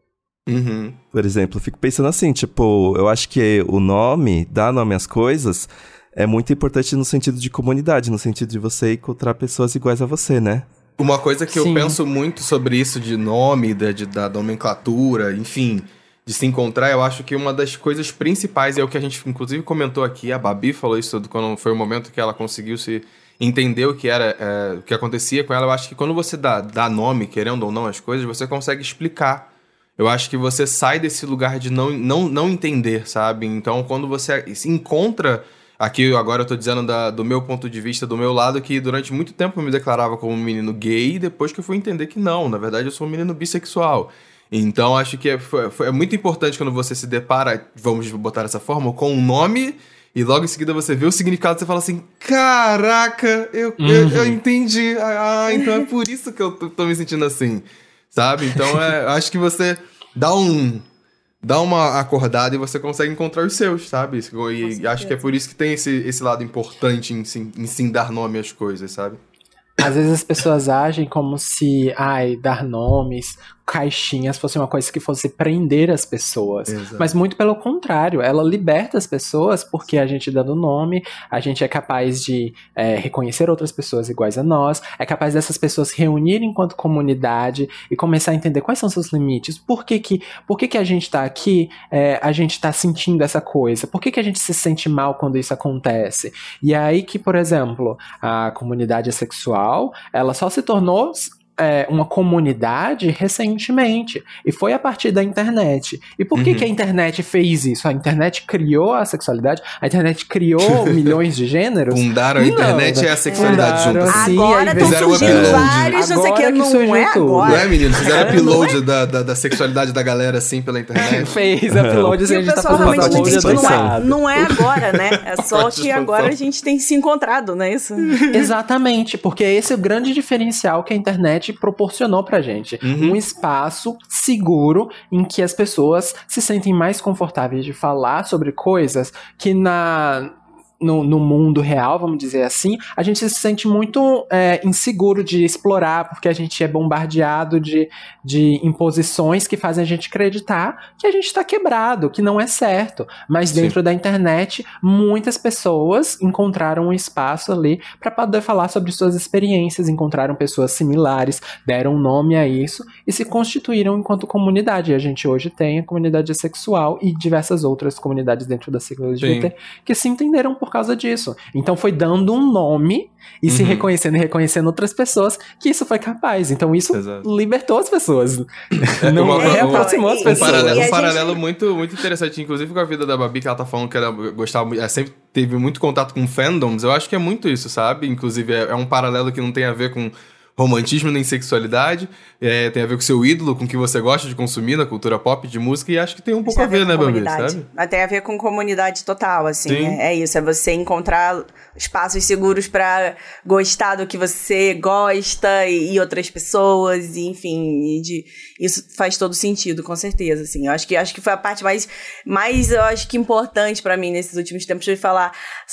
Uhum. Por exemplo, eu fico pensando assim, tipo, eu acho que o nome, dar nome às coisas, é muito importante no sentido de comunidade, no sentido de você encontrar pessoas iguais a você, né? Uma coisa que eu Sim. penso muito sobre isso de nome, da, de, da nomenclatura, enfim, de se encontrar, eu acho que uma das coisas principais é o que a gente inclusive comentou aqui, a Babi falou isso quando foi o momento que ela conseguiu se entender o que era, é, o que acontecia com ela. Eu acho que quando você dá, dá nome, querendo ou não, as coisas, você consegue explicar. Eu acho que você sai desse lugar de não, não, não entender, sabe? Então, quando você se encontra... Aqui, agora eu tô dizendo da, do meu ponto de vista, do meu lado, que durante muito tempo eu me declarava como um menino gay, e depois que eu fui entender que não, na verdade eu sou um menino bissexual. Então, acho que é, foi, foi- é muito importante quando você se depara, vamos botar dessa forma, com um nome, e logo em seguida você vê o significado, você fala assim, caraca, eu, eu, eu entendi, ah, então é por isso que eu tô, tô me sentindo assim, sabe? Então, é, acho que você dá um... Dá uma acordada e você consegue encontrar os seus, sabe? E acho que é por isso que tem esse, esse lado importante em sim, em sim dar nome às coisas, sabe? Às vezes as pessoas agem como se, ai, dar nomes, caixinhas fosse uma coisa que fosse prender as pessoas. Exato. Mas muito pelo contrário, ela liberta as pessoas porque a gente dando nome, a gente é capaz de é, reconhecer outras pessoas iguais a nós, é capaz dessas pessoas se reunirem enquanto comunidade e começar a entender quais são seus limites, por que que, por que, que a gente tá aqui, é, a gente tá sentindo essa coisa, por que que a gente se sente mal quando isso acontece. E é aí que, por exemplo, a comunidade sexual, ela só se tornou é, uma comunidade recentemente. E foi a partir da internet. E por que, uhum. que a internet fez isso? A internet criou a sexualidade? A internet criou milhões de gêneros? Fundaram a internet não, e a sexualidade juntas. Sim, agora estão surgindo vários, não sei o que, não é agora. Não é, menino? Fizeram upload da, da, da sexualidade da galera, assim, pela internet. Fez upload, assim, a gente tá fazendo upload não, é, não é agora, né? É só que agora a gente tem se encontrado, não é isso? Exatamente, porque esse é o grande diferencial que a internet proporcionou pra gente. Uhum. Um espaço seguro em que as pessoas se sentem mais confortáveis de falar sobre coisas que na... No, no mundo real, vamos dizer assim, a gente se sente muito é, inseguro de explorar, porque a gente é bombardeado de, de imposições que fazem a gente acreditar que a gente está quebrado, que não é certo. Mas dentro Sim. da internet, muitas pessoas encontraram um espaço ali para poder falar sobre suas experiências, encontraram pessoas similares, deram nome a isso e se constituíram enquanto comunidade. E a gente hoje tem a comunidade sexual e diversas outras comunidades dentro da sigla L G B T Sim. que se entenderam por causa disso. Então foi dando um nome e uhum. se reconhecendo e reconhecendo outras pessoas que isso foi capaz. Então isso Exato. libertou as pessoas. É, não uma, reaproximou as um pessoas. Paralelo, um gente... paralelo muito, muito interessante, inclusive com a vida da Babi, que ela tá falando que ela gostava muito, ela sempre teve muito contato com fandoms. Eu acho que é muito isso, sabe? Inclusive é, é um paralelo que não tem a ver com romantismo nem sexualidade, é, tem a ver com o seu ídolo, com o que você gosta de consumir na cultura pop, de música, e acho que tem um pouco a ver, né, Babi, sabe? Tem a ver com comunidade total, assim, é, é isso, é você encontrar espaços seguros pra gostar do que você gosta e, e outras pessoas, e, enfim, e de, isso faz todo sentido, com certeza, assim, eu acho que, acho que foi a parte mais, mais, eu acho que importante pra mim nesses últimos tempos, de falar,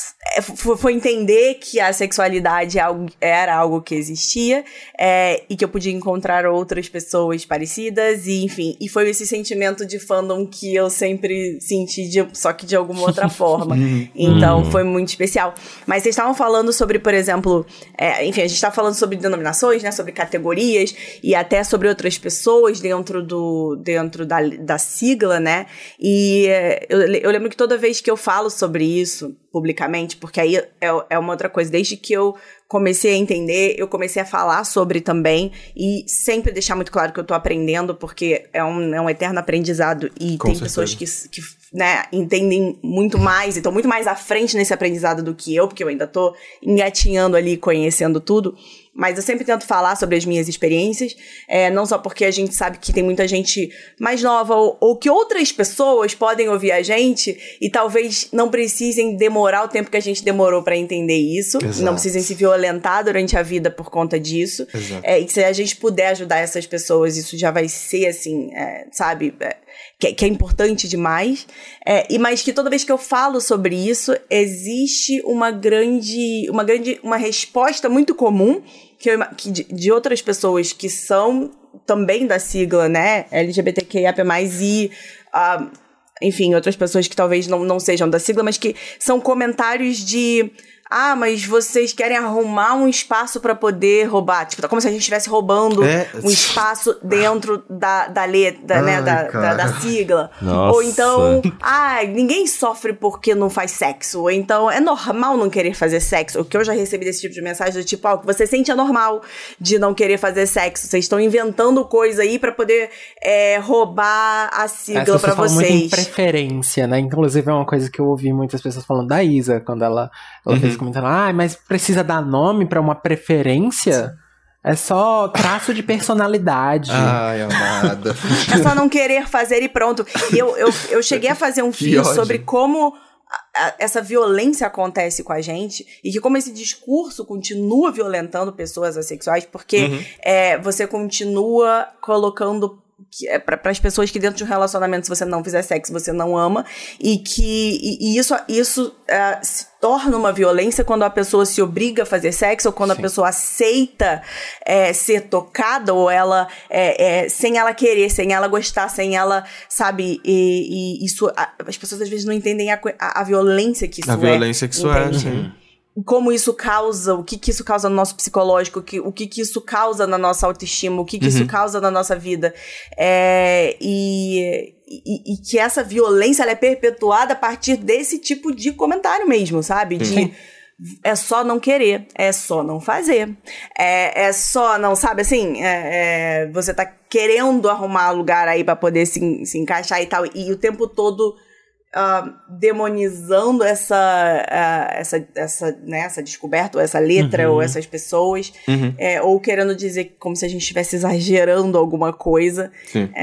foi, foi entender que a sexualidade era algo que existia, É, e que eu podia encontrar outras pessoas parecidas, e enfim, e foi esse sentimento de fandom que eu sempre senti, de, só que de alguma outra forma. Então foi muito especial. Mas vocês estavam falando sobre, por exemplo, é, enfim, a gente estava falando sobre denominações, né, sobre categorias, e até sobre outras pessoas dentro, do, dentro da, da sigla, né, e é, eu, eu lembro que toda vez que eu falo sobre isso publicamente, porque aí é, é uma outra coisa, desde que eu comecei a entender, eu comecei a falar sobre também, e sempre deixar muito claro que eu tô aprendendo, porque é um, é um eterno aprendizado, e Com tem certeza. pessoas que, que né, entendem muito mais, e estão muito mais à frente nesse aprendizado do que eu, porque eu ainda tô engatinhando ali, conhecendo tudo. Mas eu sempre tento falar sobre as minhas experiências, é, não só porque a gente sabe que tem muita gente mais nova, ou, ou que outras pessoas podem ouvir a gente e talvez não precisem demorar o tempo que a gente demorou pra entender isso, Exato. não precisem se violentar durante a vida por conta disso, é, e que se a gente puder ajudar essas pessoas, isso já vai ser assim, é, sabe, é, que, que é importante demais, é, e mas que toda vez que eu falo sobre isso, existe uma grande, uma grande, uma resposta muito comum que eu, que de, de outras pessoas que são também da sigla, né, L G B T Q I A P mais, e uh, enfim, outras pessoas que talvez não, não sejam da sigla, mas que são comentários de ah, mas vocês querem arrumar um espaço pra poder roubar. Tipo, tá como se a gente estivesse roubando é. um espaço dentro da, da letra, Ai, né, da, da, da sigla. Nossa. Ou então, ah, ninguém sofre porque não faz sexo. Ou então, é normal não querer fazer sexo. O que eu já recebi desse tipo de mensagem, do tipo, ó, oh, o que você sente é normal de não querer fazer sexo. Vocês estão inventando coisa aí pra poder é, roubar a sigla pra vocês. Muito em preferência, né? Inclusive, é uma coisa que eu ouvi muitas pessoas falando da Isa, quando ela, ela uhum. fez comentando, ah, mas precisa dar nome pra uma preferência? É só traço de personalidade. Ai, amada. É só não querer fazer e pronto. E eu, eu, eu cheguei a fazer um fio sobre como a, a, essa violência acontece com a gente e que como esse discurso continua violentando pessoas assexuais, porque uhum. é, você continua colocando é para as pessoas que dentro de um relacionamento, se você não fizer sexo, você não ama, e que e, e isso, isso uh, se torna uma violência quando a pessoa se obriga a fazer sexo, ou quando Sim. a pessoa aceita é, ser tocada, ou ela é, é, sem ela querer, sem ela gostar, sem ela, sabe, e, e isso, a, as pessoas às vezes não entendem a, a, a violência que isso é. A violência que isso entende? é, sim. Como isso causa, o que que isso causa no nosso psicológico, o que, o que que isso causa na nossa autoestima, o que que uhum. isso causa na nossa vida. É, e, e, e que essa violência ela é perpetuada a partir desse tipo de comentário mesmo, sabe? De, é só não querer, é só não fazer, é, é só não, sabe assim, é, é, você tá querendo arrumar lugar aí pra poder se, se encaixar e tal, e o tempo todo uh, demonizando essa, uh, essa, essa, né, essa descoberta, ou essa letra, uhum. ou essas pessoas, uhum. é, ou querendo dizer como se a gente estivesse exagerando alguma coisa.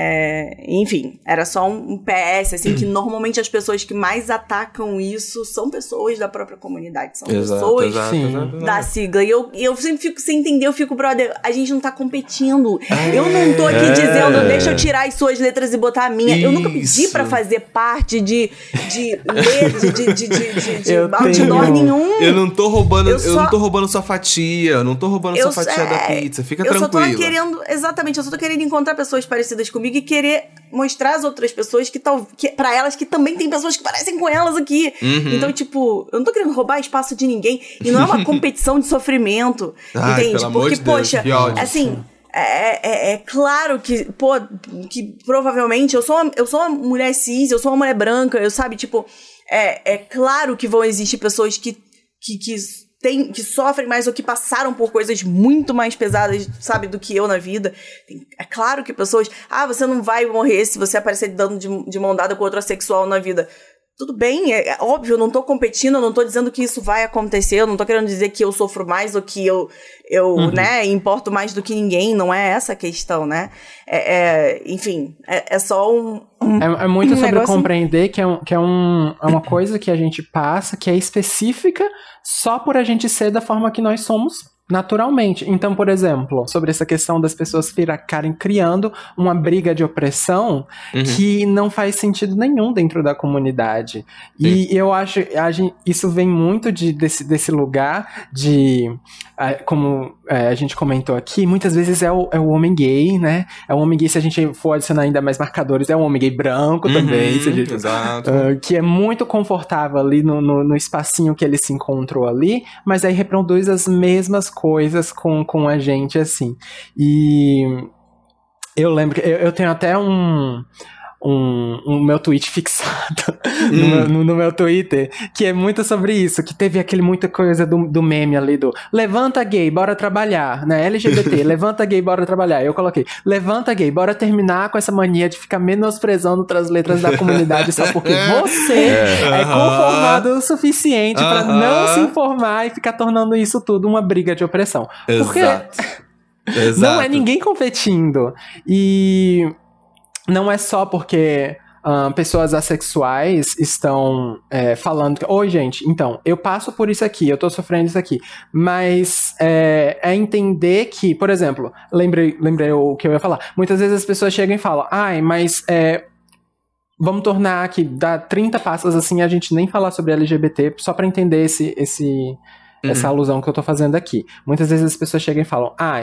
É, enfim, era só um, um P S, assim, que normalmente as pessoas que mais atacam isso são pessoas da própria comunidade, são exato, pessoas exato, exato, da sigla. E eu, eu sempre fico sem entender, eu fico, brother, a gente não tá competindo. É, eu não tô aqui é. dizendo, deixa eu tirar as suas letras e botar a minha. Isso. Eu nunca pedi pra fazer parte de de ler, de, de, de, de, de outdoor tenho... nenhum. Eu não tô roubando, eu, eu só... não tô roubando sua fatia, eu não tô roubando eu sua fatia é... da pizza, fica eu tranquila. Eu só tô querendo, exatamente, eu só tô querendo encontrar pessoas parecidas comigo e querer mostrar às outras pessoas que tal, que, pra elas que também tem pessoas que parecem com elas aqui. Uhum. Então, tipo, eu não tô querendo roubar espaço de ninguém, e não é uma competição de sofrimento, Ai, entende? Porque, de poxa, assim... É, é, é claro que, pô, que provavelmente eu sou, uma, eu sou uma mulher cis, eu sou uma mulher branca, eu sabe, tipo, é, é claro que vão existir pessoas que, que, que, tem, que sofrem mais ou que passaram por coisas muito mais pesadas, sabe, do que eu na vida. É claro que pessoas, ah, você não vai morrer se você aparecer dando de, de mão dada com outro assexual na vida. Tudo bem, é, é óbvio, eu não tô competindo, eu não tô dizendo que isso vai acontecer, eu não tô querendo dizer que eu sofro mais ou que eu, eu uhum. né, importo mais do que ninguém, não é essa a questão, né? É, é, enfim, é, é só um... um é, é muito um sobre negócio... compreender que, é, um, que é, um, é uma coisa que a gente passa, que é específica só por a gente ser da forma que nós somos naturalmente. Então, por exemplo, sobre essa questão das pessoas ficarem criando uma briga de opressão uhum. que não faz sentido nenhum dentro da comunidade. Sim. E eu acho a gente, isso vem muito de, desse, desse lugar de, como a gente comentou aqui, muitas vezes é o, é o homem gay, né? É o homem gay, se a gente for adicionar ainda mais marcadores, é o homem gay branco uhum, também. Se a gente, exato. Uh, que é muito confortável ali no, no, no espacinho que ele se encontrou ali, mas aí reproduz as mesmas coisas com, com a gente, assim. E eu lembro que eu, eu tenho até um... Um, um meu tweet fixado hum. no, meu, no, no meu Twitter, que é muito sobre isso, que teve aquele muita coisa do, do meme ali do levanta gay, bora trabalhar, né, L G B T, levanta gay, bora trabalhar. Eu coloquei, levanta gay, bora terminar com essa mania de ficar menosprezando outras letras da comunidade só porque você é, é conformado o suficiente uh-huh. pra não se informar e ficar tornando isso tudo uma briga de opressão. Porque Exato. não é ninguém competindo. E não é só porque uh, pessoas assexuais estão é, falando que, oi, gente, então, eu passo por isso aqui, eu tô sofrendo isso aqui. Mas é, é entender que, por exemplo, lembrei, lembrei o que eu ia falar. Muitas vezes as pessoas chegam e falam, ai, mas é, vamos tornar aqui, dar trinta passos assim, a gente nem falar sobre L G B T, só pra entender esse, esse, uhum. essa alusão que eu tô fazendo aqui. Muitas vezes as pessoas chegam e falam, ai,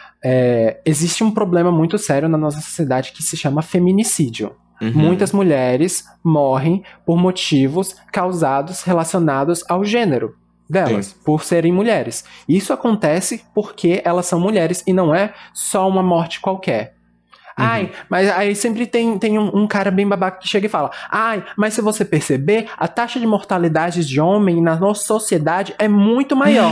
É, existe um problema muito sério na nossa sociedade que se chama feminicídio. Uhum. Muitas mulheres morrem por motivos causados relacionados ao gênero delas, Sim. por serem mulheres. Isso acontece porque elas são mulheres e não é só uma morte qualquer. Uhum. Ai, mas aí sempre tem, tem um, um cara bem babaca que chega e fala, ai, mas se você perceber, a taxa de mortalidade de homem na nossa sociedade é muito maior.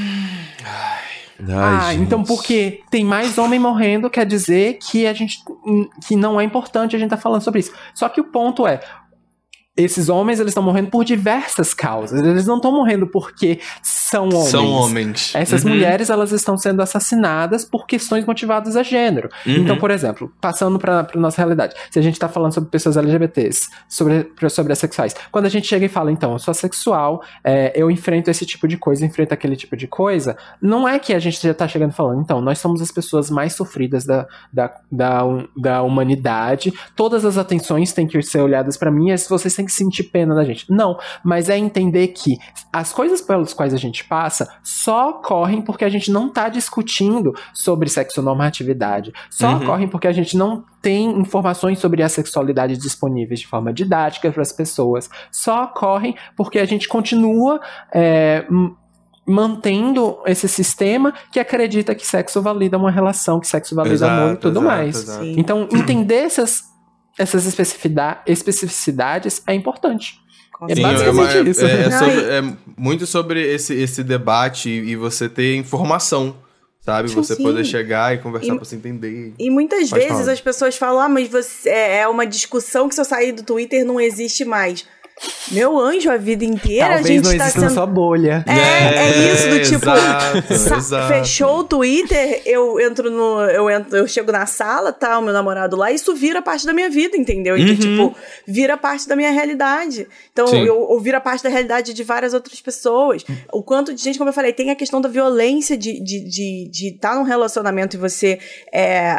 Ai, ah, gente. Então porque tem mais homem morrendo, quer dizer que a gente que não é importante a gente tá falando sobre isso. Só que o ponto é, esses homens, eles estão morrendo por diversas causas. Eles não estão morrendo porque são homens. São homens. Essas uhum. mulheres, elas estão sendo assassinadas por questões motivadas a gênero. Uhum. Então, por exemplo, passando pra, pra nossa realidade. Se a gente tá falando sobre pessoas L G B Ts, sobre, sobre assexuais. Quando a gente chega e fala, então, eu sou assexual, é, eu enfrento esse tipo de coisa, enfrento aquele tipo de coisa, não é que a gente já tá chegando falando, então, nós somos as pessoas mais sofridas da, da, da, da humanidade, todas as atenções têm que ser olhadas pra mim, e vocês têm que sentir pena da gente. Não, mas é entender que as coisas pelas quais a gente passa só ocorrem porque a gente não tá discutindo sobre sexonormatividade. Só uhum. ocorrem porque a gente não tem informações sobre a sexualidade disponíveis de forma didática para as pessoas. Só ocorrem porque a gente continua é, mantendo esse sistema que acredita que sexo valida uma relação, que sexo valida exato, amor e tudo exato, mais. exato. Então, entender essas essas especificidades é importante. É Sim, basicamente é, uma- isso. é- é Não, sobre- e- é muito sobre esse, esse debate e, e você ter informação, sabe? Sim, Você sim. poder chegar e conversar E- pra você entender. E muitas Pode vezes falar. as pessoas falam, ah, mas você é é uma discussão que se eu sair do Twitter não existe mais. Meu anjo, a vida inteira a Talvez gente não tá exista na sendo... sua bolha. É, é isso do tipo, exato, sa- exato. fechou o Twitter, eu entro no, eu entro, eu chego na sala, tá, o meu namorado lá, isso vira parte da minha vida, entendeu? Então, tipo, vira parte da minha realidade. Então, Sim. eu, eu vira parte da realidade de várias outras pessoas. O quanto de gente, como eu falei, tem a questão da violência de estar de, de, de tá num relacionamento e você é,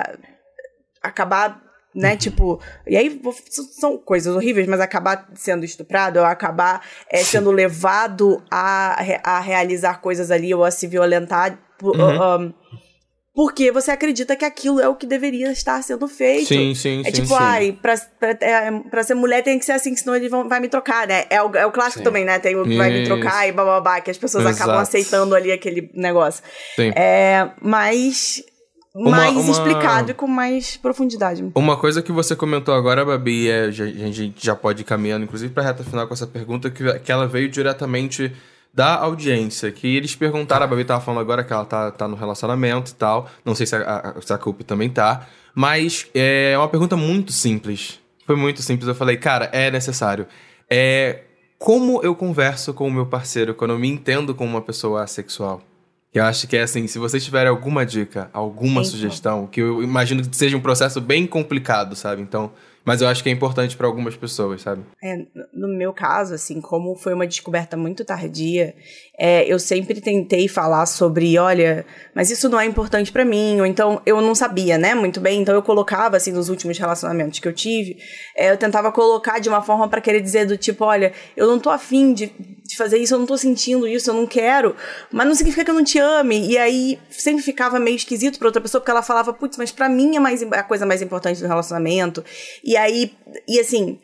acabar, né, tipo, e aí vo- são coisas horríveis, mas acabar sendo estuprado, ou acabar é, sendo levado a, re- a realizar coisas ali, ou a se violentar, por- Uhum. um, porque você acredita que aquilo é o que deveria estar sendo feito. Sim, sim, É sim, tipo, sim. ai, pra, pra, é, pra ser mulher tem que ser assim, que senão ele vão, vai me trocar, né? É o, é o clássico Sim. também, né? Tem o que vai me Isso. trocar e bababá, que as pessoas acabam Exato. aceitando ali aquele negócio. Sim. É, mas Uma- mais uma- explicado e com mais profundidade. Uma coisa que você comentou agora, Babi, é, já- a gente já pode ir caminhando, inclusive, pra reta final com essa pergunta, que, que ela veio diretamente da audiência, que eles perguntaram, a Babi tava falando agora que ela tá, tá no relacionamento e tal, não sei se a, a, se a Coupe também tá, mas é uma pergunta muito simples, foi muito simples, eu falei, cara, é necessário, é como eu converso com o meu parceiro quando eu me entendo como uma pessoa assexual? Eu acho que é assim, se vocês tiverem alguma dica, alguma Então. sugestão, que eu imagino que seja um processo bem complicado, sabe? Então, mas eu acho que é importante pra algumas pessoas, sabe? É, no meu caso, assim, como foi uma descoberta muito tardia, é, eu sempre tentei falar sobre, olha, mas isso não é importante pra mim, ou então eu não sabia, né, muito bem, então eu colocava, assim, nos últimos relacionamentos que eu tive, é, eu tentava colocar de uma forma pra querer dizer do tipo, olha, eu não tô afim de, de fazer isso, eu não tô sentindo isso, eu não quero, mas não significa que eu não te ame, e aí sempre ficava meio esquisito pra outra pessoa, porque ela falava, putz, mas pra mim é mais, a coisa mais importante do relacionamento, e aí, e assim,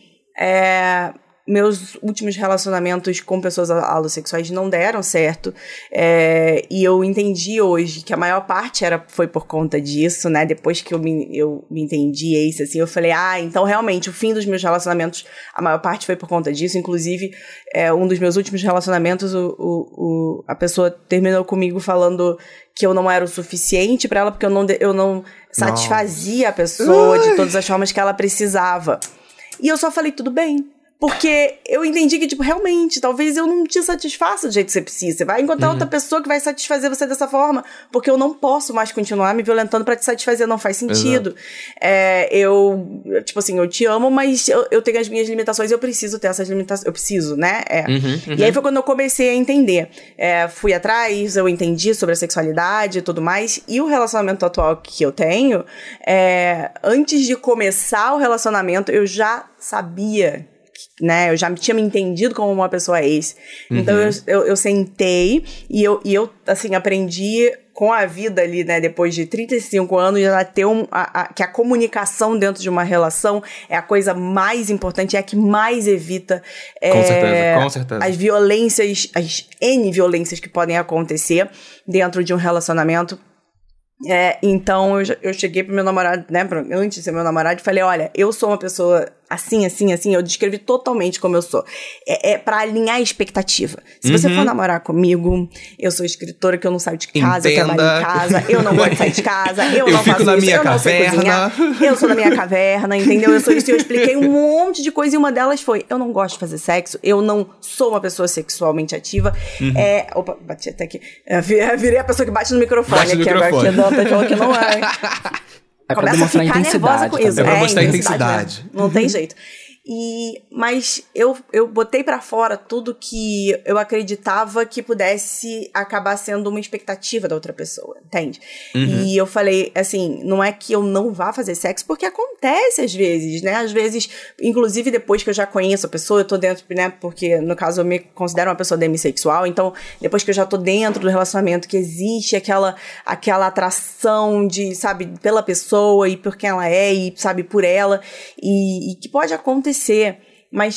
é, meus últimos relacionamentos com pessoas alossexuais não deram certo, é, e eu entendi hoje que a maior parte era, foi por conta disso, né, depois que eu me, eu me entendi isso, assim, eu falei, ah, então realmente o fim dos meus relacionamentos, a maior parte foi por conta disso, inclusive, é, um dos meus últimos relacionamentos, o, o, o, a pessoa terminou comigo falando que eu não era o suficiente pra ela, porque eu não, eu não satisfazia a pessoa de todas as formas que ela precisava. E eu só falei, tudo bem. Porque eu entendi que, tipo, realmente, talvez eu não te satisfaça do jeito que você precisa. Você vai encontrar outra pessoa que vai satisfazer você dessa forma, porque eu não posso mais continuar me violentando pra te satisfazer, não faz sentido. É, eu, tipo assim, eu te amo, mas eu, eu tenho as minhas limitações, eu preciso ter essas limitações, eu preciso, né? É. Uhum, uhum. E aí foi quando eu comecei a entender. É, fui atrás, eu entendi sobre a sexualidade e tudo mais, e o relacionamento atual que eu tenho, é, antes de começar o relacionamento, eu já sabia, né, eu já tinha me entendido como uma pessoa ex. Uhum. Então eu, eu, eu sentei e eu, e eu, assim, aprendi com a vida ali, né, depois de trinta e cinco anos, ela ter um, a, a, que a comunicação dentro de uma relação é a coisa mais importante, é a que mais evita Com é, certeza, com certeza. as violências, as N violências que podem acontecer dentro de um relacionamento. É, então eu, eu cheguei pro meu namorado, né, antes de ser meu namorado, e falei, olha, eu sou uma pessoa assim, assim, assim, eu descrevi totalmente como eu sou. É, é pra alinhar a expectativa. Se uhum. você for namorar comigo, eu sou escritora, que eu não saio de casa, Entenda. eu trabalho em casa, eu não gosto de sair de casa, eu, eu não fico faço na isso, minha eu não sei caverna. cozinhar, eu sou na minha caverna, entendeu? Eu sou isso, e eu expliquei um monte de coisa, e uma delas foi, eu não gosto de fazer sexo, eu não sou uma pessoa sexualmente ativa. Uhum. É, opa, bati até aqui. Eu virei a pessoa que bate no microfone bate no aqui microfone. agora, que a Dota falou que não é. É pra Começa a demonstrar ficar nervosa com isso. É pra é, mostrar intensidade. intensidade. Não tem jeito. E, mas eu, eu botei pra fora tudo que eu acreditava que pudesse acabar sendo uma expectativa da outra pessoa, entende? Uhum. E eu falei, assim, não é que eu não vá fazer sexo, porque acontece às vezes, né? Às vezes, inclusive depois que eu já conheço a pessoa, eu tô dentro, né? Porque no caso eu me considero uma pessoa demissexual, então depois que eu já tô dentro do relacionamento, que existe aquela, aquela atração de, sabe, pela pessoa e por quem ela é e, sabe, por ela, e, e que pode acontecer. Mas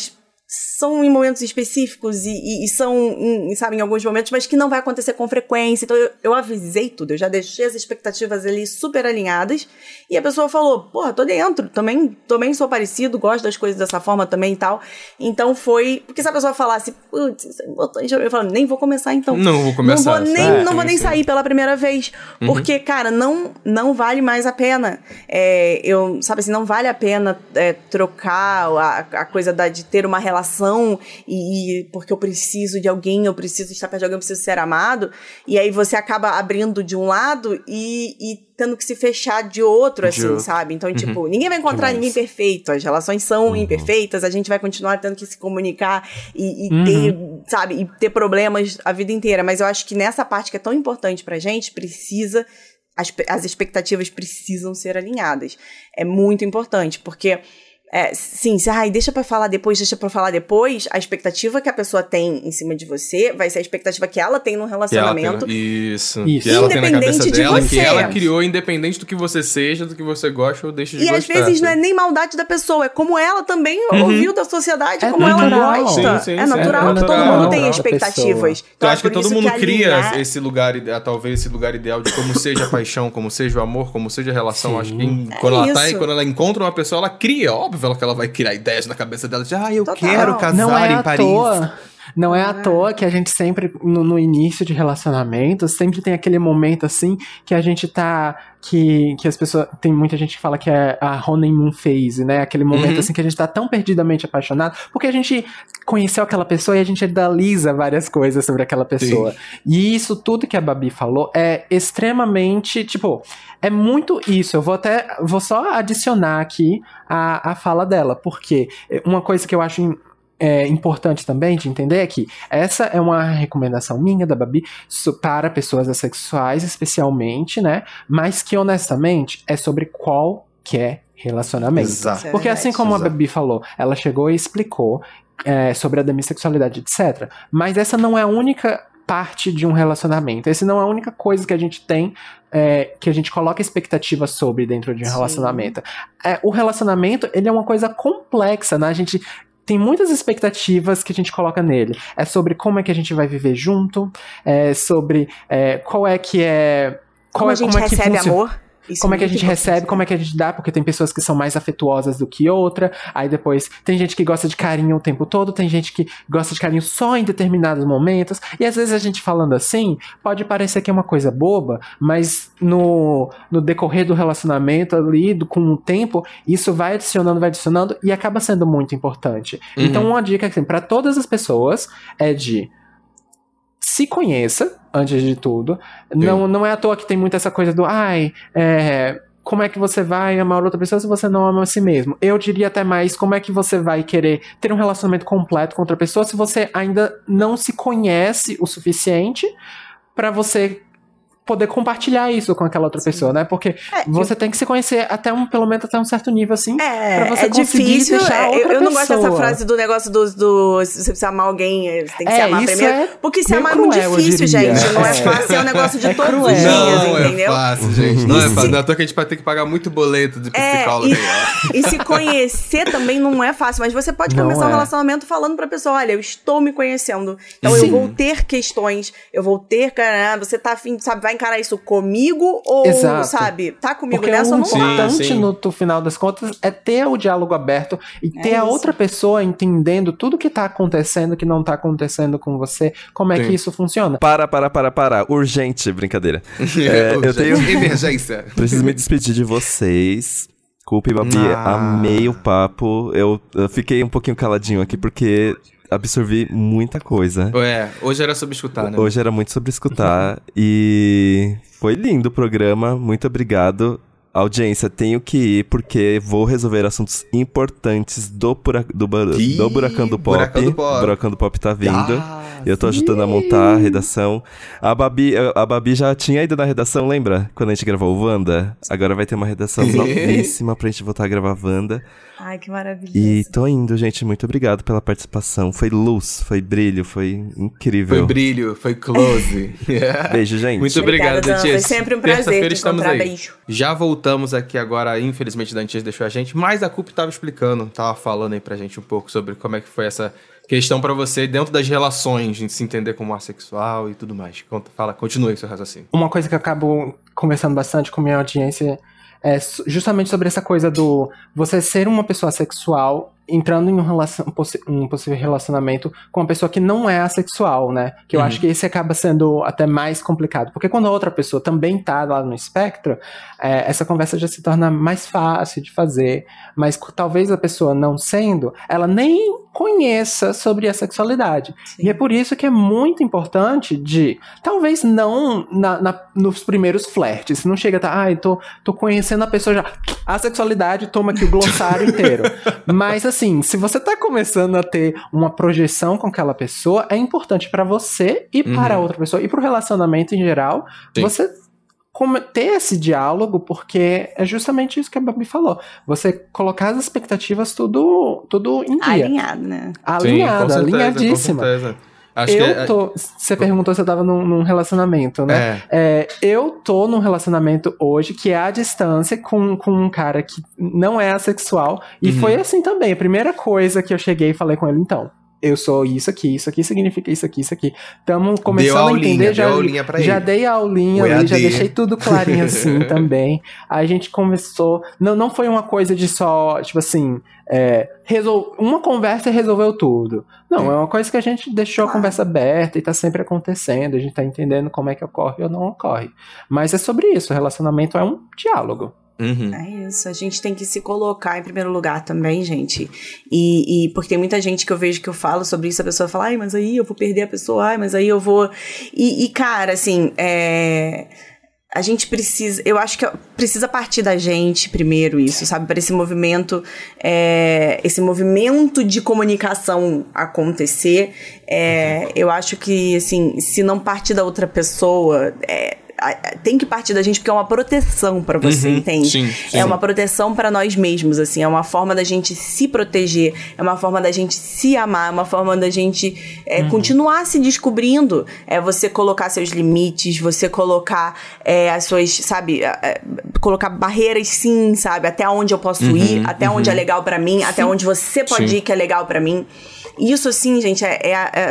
são em momentos específicos e, e, e são, em, sabe, em alguns momentos, mas que não vai acontecer com frequência. Então, eu, eu avisei tudo, eu já deixei as expectativas ali super alinhadas e a pessoa falou, porra, tô dentro, também, também sou parecido, gosto das coisas dessa forma também e tal. Então, foi... Porque se a pessoa falasse, putz, eu falo, nem vou começar então. Não vou começar. Não vou nem, é, não vou nem sair pela primeira vez, uhum. porque, cara, não, não vale mais a pena. É, eu, sabe assim, não vale a pena é, trocar a, a coisa da, de ter uma relação relação e, e porque eu preciso de alguém, eu preciso estar perto de alguém, eu preciso ser amado, e aí você acaba abrindo de um lado e, e tendo que se fechar de outro, assim, de... sabe? Então, uhum. tipo, ninguém vai encontrar Demais. ninguém perfeito, as relações são uhum. imperfeitas, a gente vai continuar tendo que se comunicar e, e uhum. ter, sabe, e ter problemas a vida inteira, mas eu acho que nessa parte que é tão importante pra gente, precisa, as, as expectativas precisam ser alinhadas. É muito importante, porque É, sim, se, ai, deixa pra falar depois, deixa pra falar depois, a expectativa que a pessoa tem em cima de você vai ser a expectativa que ela tem no relacionamento. Que isso, isso. Que ela tem na cabeça dela, de que ela criou, independente do que você seja, do que você gosta ou deixa de e gostar. E às vezes não é nem maldade da pessoa, é como ela também uhum. ouviu da sociedade, é como natural. ela gosta. Sim, sim, é natural, sim, é todo natural. mundo tem expectativas. Então, então, acho que todo mundo que cria alinhar... esse lugar, talvez esse lugar ideal de como seja a paixão, como seja o amor, como seja a relação. Sim. Acho que em, é quando, ela isso. tá, e quando ela encontra uma pessoa, ela cria, óbvio que ela vai criar ideias na cabeça dela de, ah, eu Total. quero casar não é em à Paris. Toa. Não é à toa que a gente sempre, no, no início de relacionamento, sempre tem aquele momento, assim, que a gente tá... Que, que as pessoas... Tem muita gente que fala que é a honeymoon phase, né? Aquele momento, uhum. assim, que a gente tá tão perdidamente apaixonado, porque a gente conheceu aquela pessoa e a gente idealiza várias coisas sobre aquela pessoa. Sim. E isso tudo que a Babi falou é extremamente, tipo... É muito isso. Eu vou até... Vou só adicionar aqui a, a fala dela, porque uma coisa que eu acho... É importante também de entender é que essa é uma recomendação minha, da Babi, para pessoas assexuais especialmente, né? Mas que, honestamente, é sobre qualquer relacionamento. Exato. Porque assim como Exato. a Babi falou, ela chegou e explicou é, sobre a demissexualidade, etcétera. Mas essa não é a única parte de um relacionamento. Essa não é a única coisa que a gente tem, é, que a gente coloca expectativa sobre dentro de um Sim. relacionamento. É, o relacionamento, ele é uma coisa complexa, né? A gente... Tem muitas expectativas que a gente coloca nele. É sobre como é que a gente vai viver junto, é sobre é, qual é que é... Qual como é, a gente como é que recebe funciona. amor. Isso como é que a gente importante. recebe, como é que a gente dá, porque tem pessoas que são mais afetuosas do que outra, aí depois tem gente que gosta de carinho o tempo todo, tem gente que gosta de carinho só em determinados momentos, e às vezes a gente falando assim, pode parecer que é uma coisa boba, mas no, no decorrer do relacionamento ali, do, com o tempo, isso vai adicionando, vai adicionando, e acaba sendo muito importante. Uhum. Então uma dica assim, para todas as pessoas é de se conheça, antes de tudo. Não, não é à toa que tem muito essa coisa do ai, é, como é que você vai amar outra pessoa se você não ama a si mesmo? Eu diria até mais, como é que você vai querer ter um relacionamento completo com outra pessoa se você ainda não se conhece o suficiente pra você poder compartilhar isso com aquela outra Sim. pessoa, né? Porque é, você eu... tem que se conhecer até um, pelo menos até um certo nível, assim, é, pra você é conseguir difícil, deixar é, outra eu, eu não pessoa. gosto dessa frase do negócio do, do se você precisa amar alguém, você tem que é, se amar primeiro. É porque se amar é muito difícil, gente. Não é fácil, é um negócio de é todos cruel. os dias, não entendeu? Não é fácil, gente. Não e é fácil. Não é à toa que a gente vai ter que pagar muito boleto de psicólogo. É, e, e se conhecer também não é fácil, mas você pode não começar é. um relacionamento falando pra pessoa, olha, eu estou me conhecendo, então Sim. eu vou ter questões, eu vou ter, cara, você tá afim, sabe, vai encarar isso comigo ou Exato. sabe, tá comigo Porque nessa ou não tá? O importante no, no final das contas é ter o diálogo aberto e ter é a outra pessoa entendendo tudo que tá acontecendo, que não tá acontecendo com você, como é Sim. que isso funciona. Para, para, para, para. Urgente, brincadeira. é, eu tenho... Emergência. Preciso me despedir de vocês. Culpa, Babi, ah. amei o papo. Eu, eu fiquei um pouquinho caladinho aqui porque absorvi muita coisa. É, hoje era sobre escutar, né? Hoje era muito sobre escutar e foi lindo o programa, muito obrigado. Audiência, tenho que ir porque vou resolver assuntos importantes do, pura, do, do Buracão do Pop. Buracão do Pop. Buracão do Pop tá vindo. Ah, Eu tô ajudando a montar a redação. A Babi, a Babi já tinha ido na redação, lembra? Quando a gente gravou o Wanda? Agora vai ter uma redação novíssima pra gente voltar a gravar Wanda. Ai, que maravilhoso. E tô indo, gente. Muito obrigado pela participação. Foi luz, foi brilho, foi incrível. Foi brilho, foi close. Beijo, gente. Muito obrigado, Obrigada, Dantias. foi sempre um prazer te estamos encontrar. aí. Beijo. Já voltamos aqui agora, infelizmente, Dantias deixou a gente, mas a Cup tava explicando, tava falando aí pra gente um pouco sobre como é que foi essa questão pra você dentro das relações, de se entender como assexual e tudo mais. Conta, fala, continue aí seu raciocínio. Uma coisa que eu acabo conversando bastante com minha audiência é justamente sobre essa coisa do você ser uma pessoa assexual entrando em um, relacion, um possível relacionamento com uma pessoa que não é assexual, né? Que eu uhum. acho que esse acaba sendo até mais complicado. Porque quando a outra pessoa também tá lá no espectro, é, essa conversa já se torna mais fácil de fazer. Mas talvez a pessoa não sendo, ela nem conheça sobre a sexualidade. Sim. E é por isso que é muito importante de, talvez não na, na, nos primeiros flertes. Não chega a tá, ah, eu tô, tô conhecendo a pessoa já. A sexualidade, toma aqui o glossário inteiro. Mas assim, se você tá começando a ter uma projeção com aquela pessoa, é importante pra você e para a uhum. outra pessoa, e pro relacionamento em geral, Sim. você ter esse diálogo, porque é justamente isso que a Babi falou. Você colocar as expectativas tudo, tudo em dia. Alinhado, né? Alinhado, Sim, alinhadíssima. Com certeza. Acho eu que é... tô. Você perguntou se eu tava num, num relacionamento, né? É. É, eu tô num relacionamento hoje que é à distância com, com um cara que não é assexual. E uhum. foi assim também. A primeira coisa que eu cheguei e falei com ele, então. Eu sou isso aqui, isso aqui significa isso aqui, isso aqui. Tamo começando a, aulinha, a entender. Já, aulinha pra já ele. dei a aulinha ali, já deixei tudo clarinho assim também. A gente começou. Não, não foi uma coisa de só, tipo assim, é, resol... uma conversa resolveu tudo. Não, é uma coisa que a gente deixou a conversa aberta e tá sempre acontecendo. A gente tá entendendo como é que ocorre ou não ocorre. Mas é sobre isso, o relacionamento é um diálogo. Uhum. É isso, a gente tem que se colocar em primeiro lugar também, gente. E, e porque tem muita gente que eu vejo que eu falo sobre isso, a pessoa fala, ai, mas aí eu vou perder a pessoa, ai, mas aí eu vou... E, e cara, assim, é... a gente precisa, eu acho que precisa partir da gente primeiro isso, sabe? Para esse movimento, é, esse movimento de comunicação acontecer, é, eu acho que, assim, se não partir da outra pessoa... É, tem que partir da gente porque é uma proteção pra você, uhum, entende? Sim, sim. É uma proteção pra nós mesmos, assim, é uma forma da gente se proteger, é uma forma da gente se amar, é uma forma da gente é, uhum. continuar se descobrindo, é você colocar seus limites, você colocar é, as suas, sabe, é, colocar barreiras sim, sabe, até onde eu posso uhum, ir, até uhum. onde é legal pra mim, sim. até onde você pode sim. ir que é legal pra mim. Isso, assim, gente, é, é, é,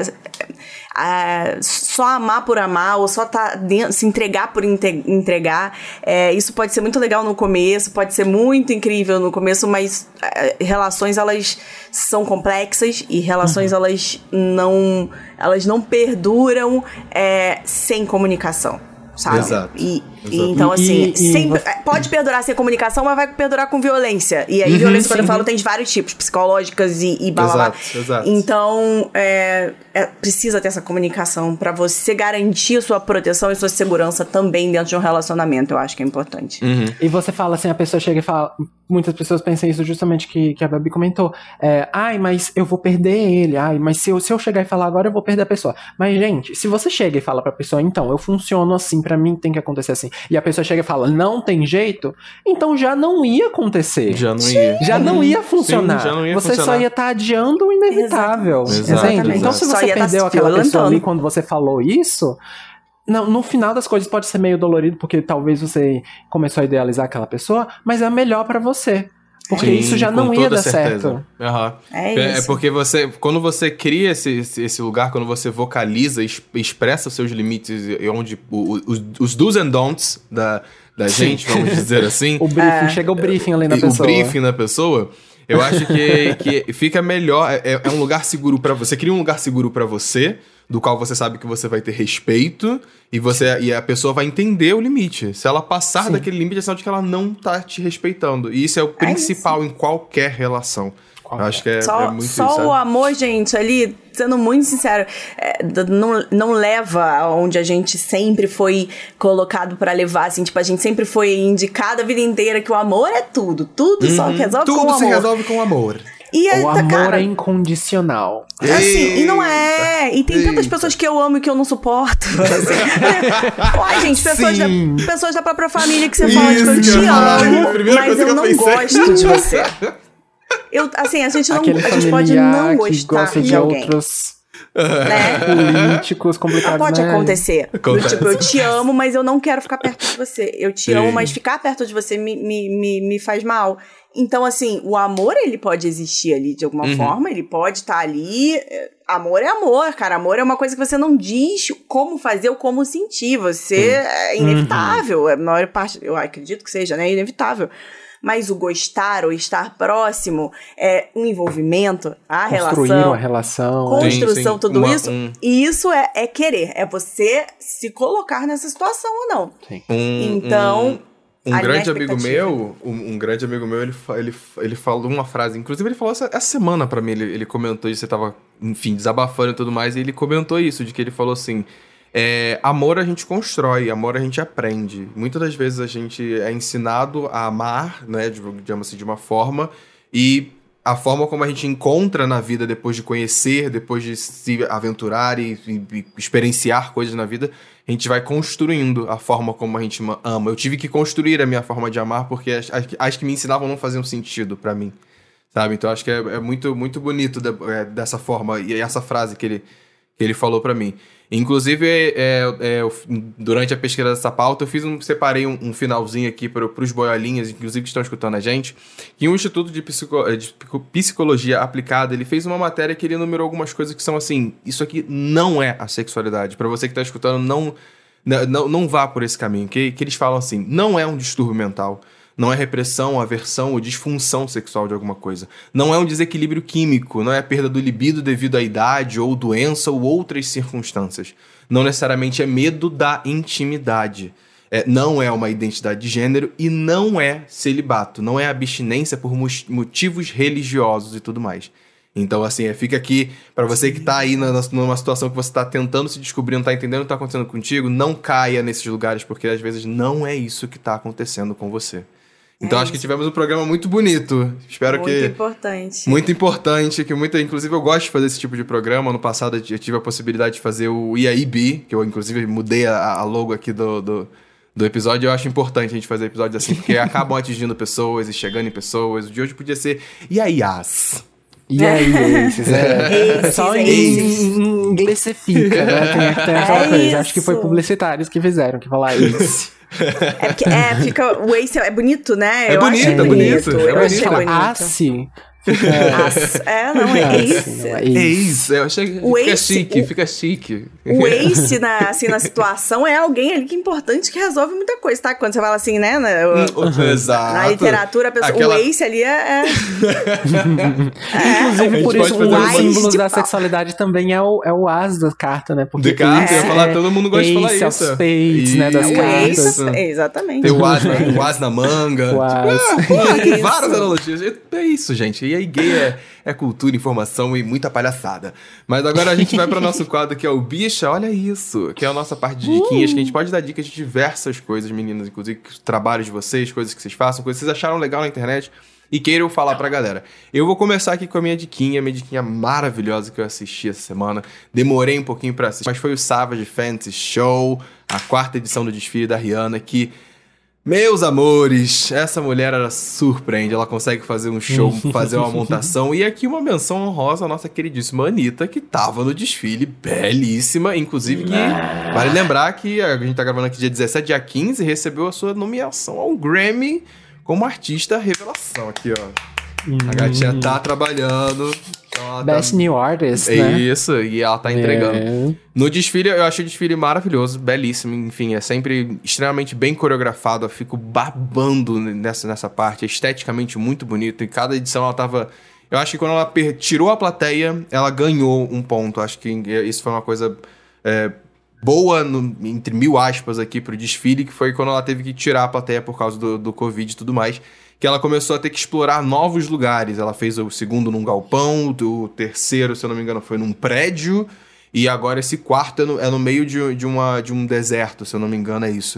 é só amar por amar ou só tá dentro, se entregar por inte- entregar. É, isso pode ser muito legal no começo, pode ser muito incrível no começo, mas é, relações, elas são complexas e relações, uhum. elas, não, elas não perduram é, sem comunicação. Sabe? Exato. E, Exato. e então, assim, E- e- sempre, você- pode perdurar sem comunicação, mas vai perdurar com violência. E aí, Uhum, violência, quando eu sim. falo, tem de vários tipos, psicológicas e, e blá, blá, blá. Exato, exato. Então, é, é, precisa ter essa comunicação pra você garantir sua proteção e sua segurança também dentro de um relacionamento. Eu acho que é importante. Uhum. E você fala assim, a pessoa chega e fala... Muitas pessoas pensam isso justamente que, que a Babi comentou. É, ai, mas eu vou perder ele. Ai, mas se eu, se eu chegar e falar agora, eu vou perder a pessoa. Mas, gente, se você chega e fala pra pessoa, então, eu funciono assim, pra mim tem que acontecer assim. E a pessoa chega e fala, não tem jeito, então já não ia acontecer. Já não ia. Já não ia funcionar. Sim, já não ia você funcionar. só ia estar adiando o inevitável. Exato, Entende? exato. Então, se Só você ia tá perdeu se aquela pessoa violentando. ali quando você falou isso... Não, no final das coisas pode ser meio dolorido, porque talvez você começou a idealizar aquela pessoa, mas é melhor pra você. Porque Sim, isso já com não ia toda dar certeza. certo. Uhum. É É, é isso. porque você, quando você cria esse, esse, esse lugar, quando você vocaliza, es- expressa os seus limites, e onde o- o- os, os do's and don'ts da, da gente, vamos dizer assim. O briefing, É. chega o briefing ali na E pessoa. o briefing na pessoa, eu acho que, que fica melhor. É, é um lugar seguro pra você. Você cria um lugar seguro pra você, do qual você sabe que você vai ter respeito, e, você, e a pessoa vai entender o limite. Se ela passar Sim. daquele limite, é sinal de que ela não tá te respeitando. E isso é o principal em qualquer relação. Eu acho que é, Só, é muito só isso, o sabe? amor, gente, ali, sendo muito sincero, é, d- não, não leva aonde a gente sempre foi colocado pra levar, assim, tipo, a gente sempre foi indicado a vida inteira que o amor é tudo, tudo só Uhum. resolve com o Tudo amor. se resolve com amor. E O tá, amor cara, é incondicional. assim, e não é. E tem tantas Eita. pessoas que eu amo e que eu não suporto. Assim. Ai, gente, pessoas da, Sim. pessoas da própria família que você fala, tipo, eu Isso que eu te ia falar, a amo, primeira mas coisa eu que eu não pensei. gosto de você. Eu, assim, a gente, não, Aquele a gente pode familiar não que gostar gosta de, de alguém. outros Né? políticos complicados. Pode né? acontecer. Do Acontece. tipo, eu te amo, mas eu não quero ficar perto de você. Eu te Sim. amo, mas ficar perto de você me, me, me, me faz mal. Então, assim, o amor, ele pode existir ali de alguma Uhum. forma, ele pode estar ali. Amor é amor, cara. Amor é uma coisa que você não diz como fazer ou como sentir. Você é inevitável. A maior parte, eu acredito que seja, né? Inevitável. Mas o gostar ou estar próximo é um envolvimento, a Construir relação. uma relação. Construção, Sim, sim. tudo Uma- isso. um- E isso é, é querer. É você se colocar nessa situação ou não. Um, Então, um, um a grande minha amigo expectativa. meu, um, um grande amigo meu, ele, fa- ele, ele falou uma frase, inclusive ele falou essa, essa semana pra mim, ele, ele comentou isso, você tava, enfim, desabafando e tudo mais, e ele comentou isso, de que ele falou assim, é, amor a gente constrói, amor a gente aprende. Muitas das vezes a gente é ensinado a amar, né, de- digamos assim, de uma forma, e a forma como a gente encontra na vida depois de conhecer, depois de se aventurar e, e- e experienciar coisas na vida, a gente vai construindo a forma como a gente ma- ama. Eu tive que construir a minha forma de amar porque as, as, que- as que me ensinavam não faziam sentido pra mim, sabe? Então acho que é, é muito, muito bonito de- é, dessa forma e essa frase que ele, que ele falou pra mim. Inclusive, é, é, eu- durante a pesquisa dessa pauta, eu fiz um, separei um, um finalzinho aqui para os boiolinhas, inclusive que estão escutando a gente, que o Instituto de, Psico- de Psicologia Aplicada, ele fez uma matéria que ele enumerou algumas coisas que são assim, isso aqui não é a sexualidade. Para você que está escutando, não, não, não vá por esse caminho, que, que eles falam assim, não é um distúrbio mental. Não é repressão, aversão ou disfunção sexual de alguma coisa. Não é um desequilíbrio químico, não é a perda do libido devido à idade ou doença ou outras circunstâncias. Não necessariamente é medo da intimidade. É, não é uma identidade de gênero e não é celibato. Não é abstinência por mo- motivos religiosos e tudo mais. Então, assim, é, fica aqui, pra você que tá aí na, na- numa situação que você tá tentando se descobrir, não tá entendendo o que tá acontecendo contigo, não caia nesses lugares, porque às vezes não é isso que tá acontecendo com você. Então, É acho que isso. tivemos um programa muito bonito. Espero Muito que... importante. Muito importante, que muita, inclusive eu gosto de fazer esse tipo de programa. No passado eu tive a possibilidade de fazer o I A I B, que eu inclusive mudei a, a logo aqui do, do, do episódio. Eu acho importante a gente fazer episódios assim, porque acabam atingindo pessoas e chegando em pessoas. O de hoje podia ser I A I As. E aí, esses, é, Esses, o pessoal em, esses. em inglesifica, né? Tem, tem aquela É coisa. Acho que foi isso. publicitários que fizeram, que falar isso. É, porque, é, fica. O Ace é bonito, né? É Eu bonito, acho é bonito, é Eu bonito. achei Fala, bonito. Assi. As- É, não, é Assi, Ace. não é É isso. isso, eu achei que O fica Ace- chique, o- fica chique. O Ace, na, assim, na situação, é alguém ali que é importante, que resolve muita coisa, tá? Quando você fala assim, né? Na, o- Exato. na literatura, a pessoa, Aquela- o Ace ali é. é- Inclusive, A por gente isso, pode um fazer dos um- símbolos de da pau. sexualidade também é o, é o as da carta, né? Porque De carta, eu ia ace falar, é todo mundo gosta de falar ace of isso. spades, né? Das Isso. O cartas. Ace, é, exatamente. Tem o as, na, o as na manga. O as. Ah, tem Isso. várias analogias. É isso, gente. E aí, gay é, é cultura, informação e muita palhaçada. Mas agora a gente vai para o nosso quadro, que é o Bicha, olha isso. Que é a nossa parte de diquinhas, que a gente pode dar dicas de diversas coisas, meninas. Inclusive, trabalhos de vocês, coisas que vocês façam, coisas que vocês acharam legal na internet e queiram falar pra galera. Eu vou começar aqui com a minha diquinha, minha diquinha maravilhosa que eu assisti essa semana. Demorei um pouquinho pra assistir, mas foi o Savage Fantasy Show, a quarta edição do desfile da Rihanna, que... Meus amores, essa mulher, ela surpreende, ela consegue fazer um show, fazer uma montação. E aqui uma menção honrosa à nossa queridíssima Anitta, que tava no desfile, belíssima. Inclusive, que vale lembrar que a gente tá gravando aqui dia dezessete, dia quinze, recebeu a sua nomeação ao Grammy como artista revelação. Aqui, ó. A gatinha tá trabalhando. Então ela Best tá... New Artist, É né? isso, e ela tá entregando. É. No desfile, eu achei o desfile maravilhoso, belíssimo, enfim, é sempre extremamente bem coreografado, eu fico babando nessa, nessa parte, é esteticamente muito bonito, e cada edição ela tava... Eu acho que quando ela per- tirou a plateia, ela ganhou um ponto, acho que isso foi uma coisa é, boa, no, entre mil aspas aqui, pro desfile, que foi quando ela teve que tirar a plateia por causa do, do Covid e tudo mais, que ela começou a ter que explorar novos lugares. Ela fez o segundo num galpão, o terceiro, se eu não me engano, foi num prédio, e agora esse quarto é no, é no meio de, de, uma, de um deserto, se eu não me engano, é isso.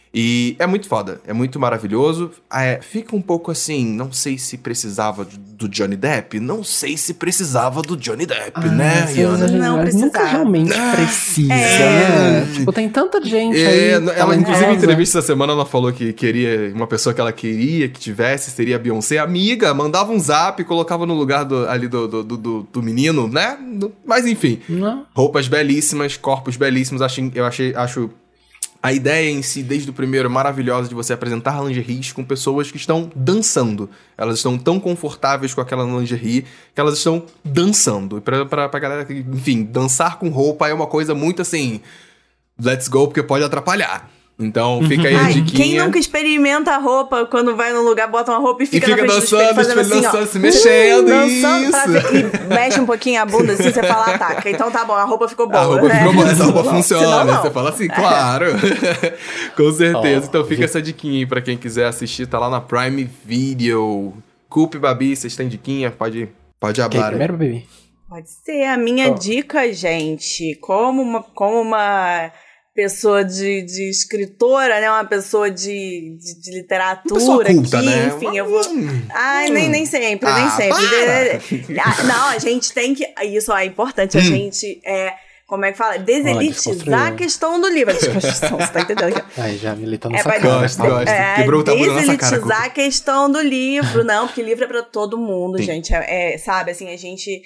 E é muito foda, é muito maravilhoso. É, fica um pouco assim, não sei se precisava do Johnny Depp, não sei se precisava do Johnny Depp, ah, né, Rihanna? Não precisava. Nunca realmente precisa, é. né? Tipo, tem tanta gente é, aí. Ela, inclusive, em entrevista essa semana, ela falou que queria, uma pessoa que ela queria que tivesse, seria a Beyoncé. Amiga, mandava um zap, colocava no lugar do, ali do, do, do, do menino, né? Mas enfim, não. Roupas belíssimas, corpos belíssimos, acho, eu achei, acho... A ideia em si, desde o primeiro, maravilhosa de você apresentar lingeries com pessoas que estão dançando. Elas estão tão confortáveis com aquela lingerie que elas estão dançando. E pra, pra, pra galera que, enfim, dançar com roupa é uma coisa muito assim... Let's go, porque pode atrapalhar. Então, fica aí a Ai, diquinha. Quem nunca experimenta a roupa quando vai num lugar, bota uma roupa e fica, e fica na frente dançando, do espelho, fazendo assim, dançando, ó, se mexendo, dançando isso. Pra ver, e mexe um pouquinho a bunda assim, você fala, ataca. Então tá bom, a roupa ficou boa. A roupa né? ficou boa, essa roupa funciona. Senão, não. Você fala assim, claro. Com certeza. Oh, então fica vi... essa diquinha aí pra quem quiser assistir, tá lá na Prime Video. Culpe, Babi, vocês têm diquinha? Pode, pode hablar. Primeiro, Babi. Pode ser. A minha oh. dica, gente, como uma... Como uma... pessoa de, de escritora, né? Uma pessoa de, de, de literatura pessoa culta, aqui, né? enfim, eu vou... Ai, hum. nem, nem sempre, ah, nem sempre. Ah, não, a gente tem que... Isso é importante, a hum. gente... É, como é que fala? Deselitizar a questão do livro. A desconstrução, você tá entendendo aqui? Ai, já militou é nessa pra, cara. Gosto, gosto. É, Quebrou o tabu da nossa cara. Deselitizar a questão do livro. Não, porque livro é pra todo mundo, Sim. gente. É, é, sabe, assim, a gente...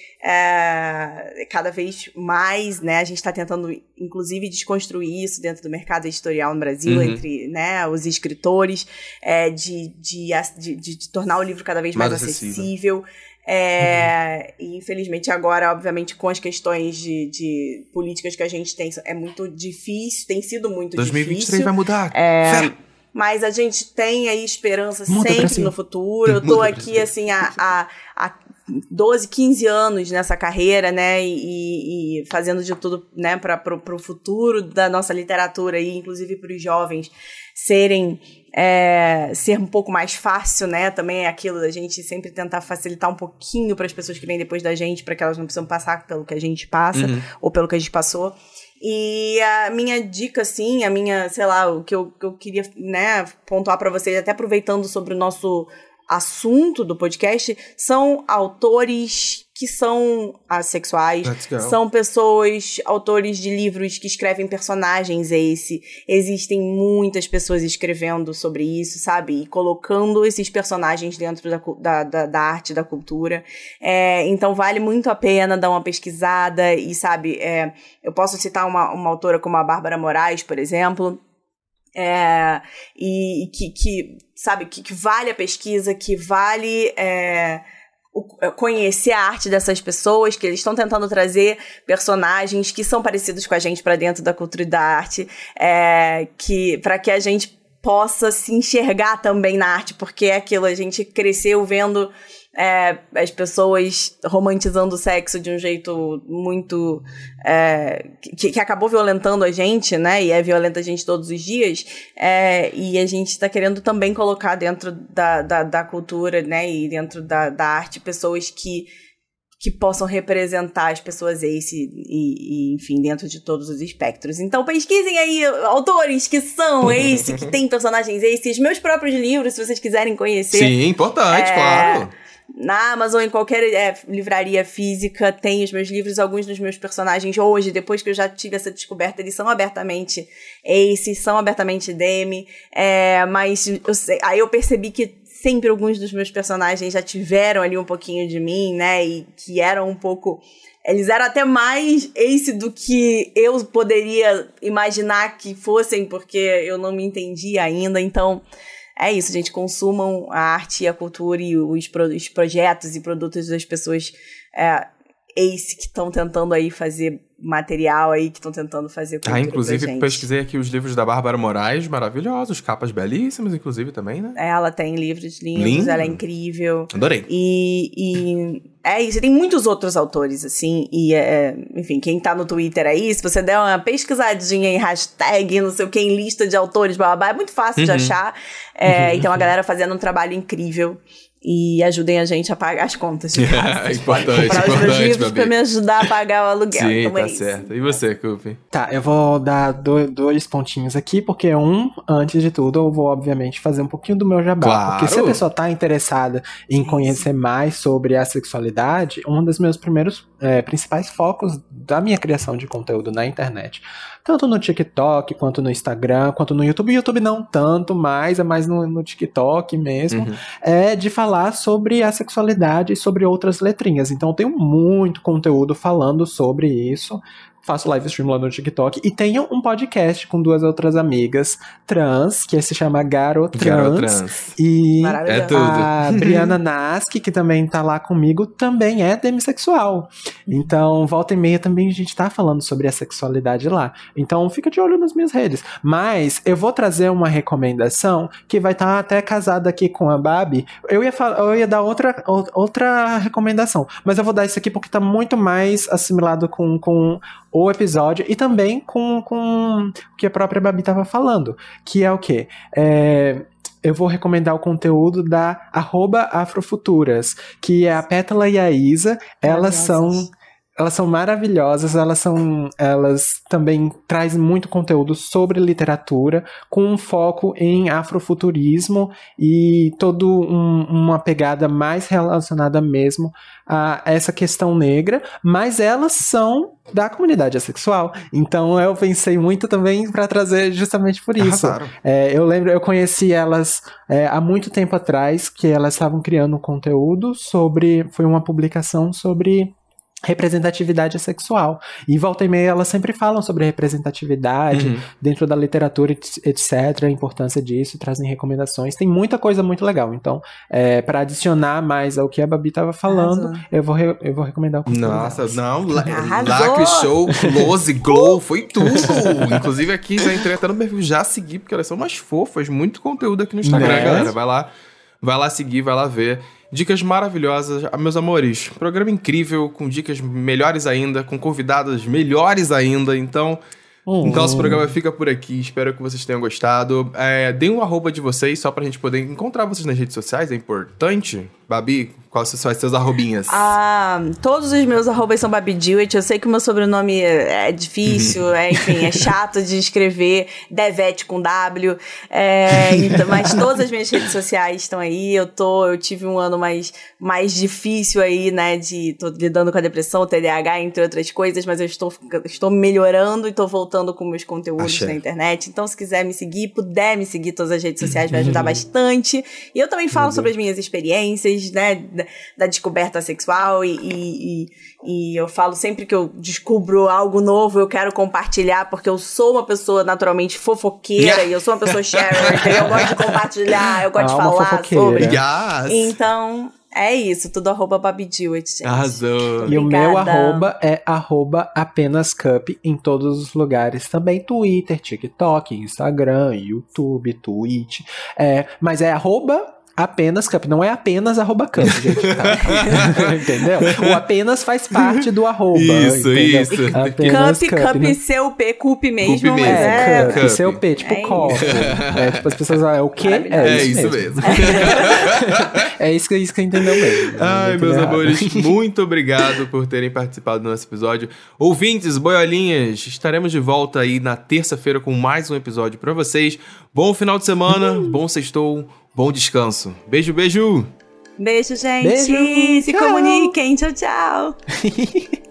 É, cada vez mais, né? A gente tá tentando, inclusive, desconstruir isso dentro do mercado editorial no Brasil, uhum. entre, né, os escritores, é, de, de, de, de, de tornar o livro cada vez mais, mais acessível. acessível. É, uhum. E infelizmente agora, obviamente, com as questões de, de políticas que a gente tem, é muito difícil, tem sido muito dois mil e vinte e três difícil. vai mudar. É, mas a gente tem aí esperança Muda sempre no futuro. Eu tô aqui, assim, há, há, há doze, quinze anos nessa carreira, né, e, e fazendo de tudo, né, para pro, pro futuro da nossa literatura e inclusive para os jovens serem, é, ser um pouco mais fácil, né, também é aquilo da gente sempre tentar facilitar um pouquinho para as pessoas que vêm depois da gente, para que elas não precisam passar pelo que a gente passa, uhum. ou pelo que a gente passou. E a minha dica, assim, a minha, sei lá, o que eu, que eu queria, né, pontuar para vocês, até aproveitando sobre o nosso assunto do podcast, são autores que são assexuais, são pessoas, autores de livros que escrevem personagens ace. Existem muitas pessoas escrevendo sobre isso, sabe? E colocando esses personagens dentro da, da, da arte, da cultura. É, então vale muito a pena dar uma pesquisada e, sabe, é, eu posso citar uma, uma autora como a Bárbara Moraes, por exemplo, É, e que, que sabe, que, que vale a pesquisa, que vale é, o, conhecer a arte dessas pessoas, que eles estão tentando trazer personagens que são parecidos com a gente para dentro da cultura e da arte, é, que, para que a gente possa se enxergar também na arte, porque é aquilo, a gente cresceu vendo É, as pessoas romantizando o sexo de um jeito muito... É, que, que acabou violentando a gente, né? E é violenta a gente todos os dias. É, e a gente está querendo também colocar dentro da, da, da cultura, né? E dentro da, da arte pessoas que, que possam representar as pessoas ace e, e, enfim, dentro de todos os espectros. Então pesquisem aí autores que são ace, que têm personagens ace, os meus próprios livros, se vocês quiserem conhecer. Sim, importante, é, claro. Na Amazon, em qualquer é, livraria física, tem os meus livros. Alguns dos meus personagens hoje, depois que eu já tive essa descoberta, eles são abertamente ace, são abertamente demi, é, mas eu sei, aí eu percebi que sempre alguns dos meus personagens já tiveram ali um pouquinho de mim, né, e que eram um pouco... Eles eram até mais ace do que eu poderia imaginar que fossem, porque eu não me entendia ainda, então... É isso, gente, consumam a arte e a cultura e os, pro, os projetos e produtos das pessoas é, ace que estão tentando aí fazer material aí, que estão tentando fazer cultura. Ah, inclusive pesquisei aqui os livros da Bárbara Moraes, maravilhosos, capas belíssimas, inclusive, também, né? Ela tem livros lindos, Lindo. Ela é incrível. Adorei. E, e é isso, tem muitos outros autores, assim, e, é, enfim, quem tá no Twitter aí, se você der uma pesquisadinha em hashtag, não sei o que, em lista de autores, blá, blá, blá, é muito fácil uhum. de achar. É, uhum. Então a galera fazendo um trabalho incrível. E ajudem a gente a pagar as contas de casa. É importante, comprar os meus importante, livros Babi. pra me ajudar a pagar o aluguel. Sim, então tá é isso. certo. E você, Cupi? Tá, eu vou dar do- dois pontinhos aqui, porque um, antes de tudo, eu vou obviamente fazer um pouquinho do meu jabá. Claro. Porque se a pessoa tá interessada em conhecer mais sobre a sexualidade, um dos meus primeiros é, principais focos da minha criação de conteúdo na internet, tanto no TikTok, quanto no Instagram, quanto no YouTube, YouTube não tanto mais, é mais no, no TikTok mesmo, Uhum. é de falar sobre a sexualidade e sobre outras letrinhas. Então eu tenho muito conteúdo falando sobre isso. Faço live stream lá no TikTok e tenho um podcast com duas outras amigas trans, que se chama Garotrans. Garotrans. E Maravilhoso. É tudo. a Briana Nasky, que também tá lá comigo, também é demissexual. Então, volta e meia também a gente tá falando sobre a sexualidade lá. Então, fica de olho nas minhas redes. Mas eu vou trazer uma recomendação que vai estar até casada aqui com a Babi. Eu ia, fal- eu ia dar outra, ou- outra recomendação, mas eu vou dar isso aqui porque tá muito mais assimilado com, com o episódio e também com, com o que a própria Babi tava falando, que é o quê? É... Eu vou recomendar o conteúdo da arroba Afrofuturas, que é a Pétala e a Isa. Elas são, elas são maravilhosas, elas são, elas também trazem muito conteúdo sobre literatura, com um foco em afrofuturismo e toda um, uma pegada mais relacionada mesmo a essa questão negra, mas elas são da comunidade assexual. Então eu pensei muito também para trazer justamente por isso. Arrasaram. É, eu lembro, eu conheci elas é, há muito tempo atrás, que elas estavam criando um conteúdo sobre, foi uma publicação sobre representatividade sexual. E volta e meia elas sempre falam sobre representatividade Uhum. dentro da literatura, etcétera, a importância disso, trazem recomendações. Tem muita coisa muito legal. Então, é, para adicionar mais ao que a Babi estava falando, eu vou, re- eu vou recomendar o conteúdo Nossa, delas. não, la- Arrasou! lacre show, close, glow, foi tudo. Inclusive aqui, já entrei até no perfil, já segui, porque elas são mais fofas, muito conteúdo aqui no Instagram, Né? galera. Vai lá, vai lá seguir, vai lá ver. Dicas maravilhosas, ah, meus amores. Programa incrível, com dicas melhores ainda, com convidados melhores ainda. Então, Hum. então nosso programa fica por aqui. Espero que vocês tenham gostado. É, deem um arroba de vocês, só pra gente poder encontrar vocês nas redes sociais, é importante. Babi, quais são os seus arrobinhas? Ah, todos os meus arrobas são Babi Dewitt. Eu sei que o meu sobrenome é, é difícil, é, enfim, é chato de escrever. Devete com W. É, então, mas todas as minhas redes sociais estão aí. Eu tô, eu tive um ano mais, mais difícil aí, né? De, tô lidando com a depressão, T D A H, entre outras coisas, mas eu estou, estou melhorando e tô voltando com meus conteúdos Axé. na internet. Então, se quiser me seguir, puder me seguir, todas as redes sociais vai ajudar bastante. E eu também falo sobre as minhas experiências, né, da, da descoberta sexual e, e, e, e eu falo sempre que eu descubro algo novo, eu quero compartilhar, porque eu sou uma pessoa naturalmente fofoqueira e eu sou uma pessoa sharer, eu gosto de compartilhar, eu gosto de Alma falar fofoqueira. sobre. Yes! Então, é isso, tudo arroba Babi Dewitt, gente. Arrasou! E o meu Obrigada. arroba é arroba apenas cup em todos os lugares. Também Twitter, TikTok, Instagram, YouTube, Twitch. É, mas é arroba apenas cup, não é apenas arroba cup, gente. Tá? Entendeu? O apenas faz parte do arroba. Isso, entendeu? isso. Apenas Cup, cup, não- C U P, cup mesmo, Cup mas mesmo. é... É, cup, Cup. seu P, tipo É copo. É, tipo, as pessoas falam, é o quê? Maravilhoso. É isso mesmo. É isso que, isso que entendeu mesmo. Ai, Não meus entendeu errado. amores, muito obrigado por terem participado do nosso episódio. Ouvintes, boiolinhas, estaremos de volta aí na terça-feira com mais um episódio pra vocês. Bom final de semana, bom sextou, bom descanso. Beijo, beijo! Beijo, gente. Beijo. Se Tchau. comuniquem. Tchau, tchau.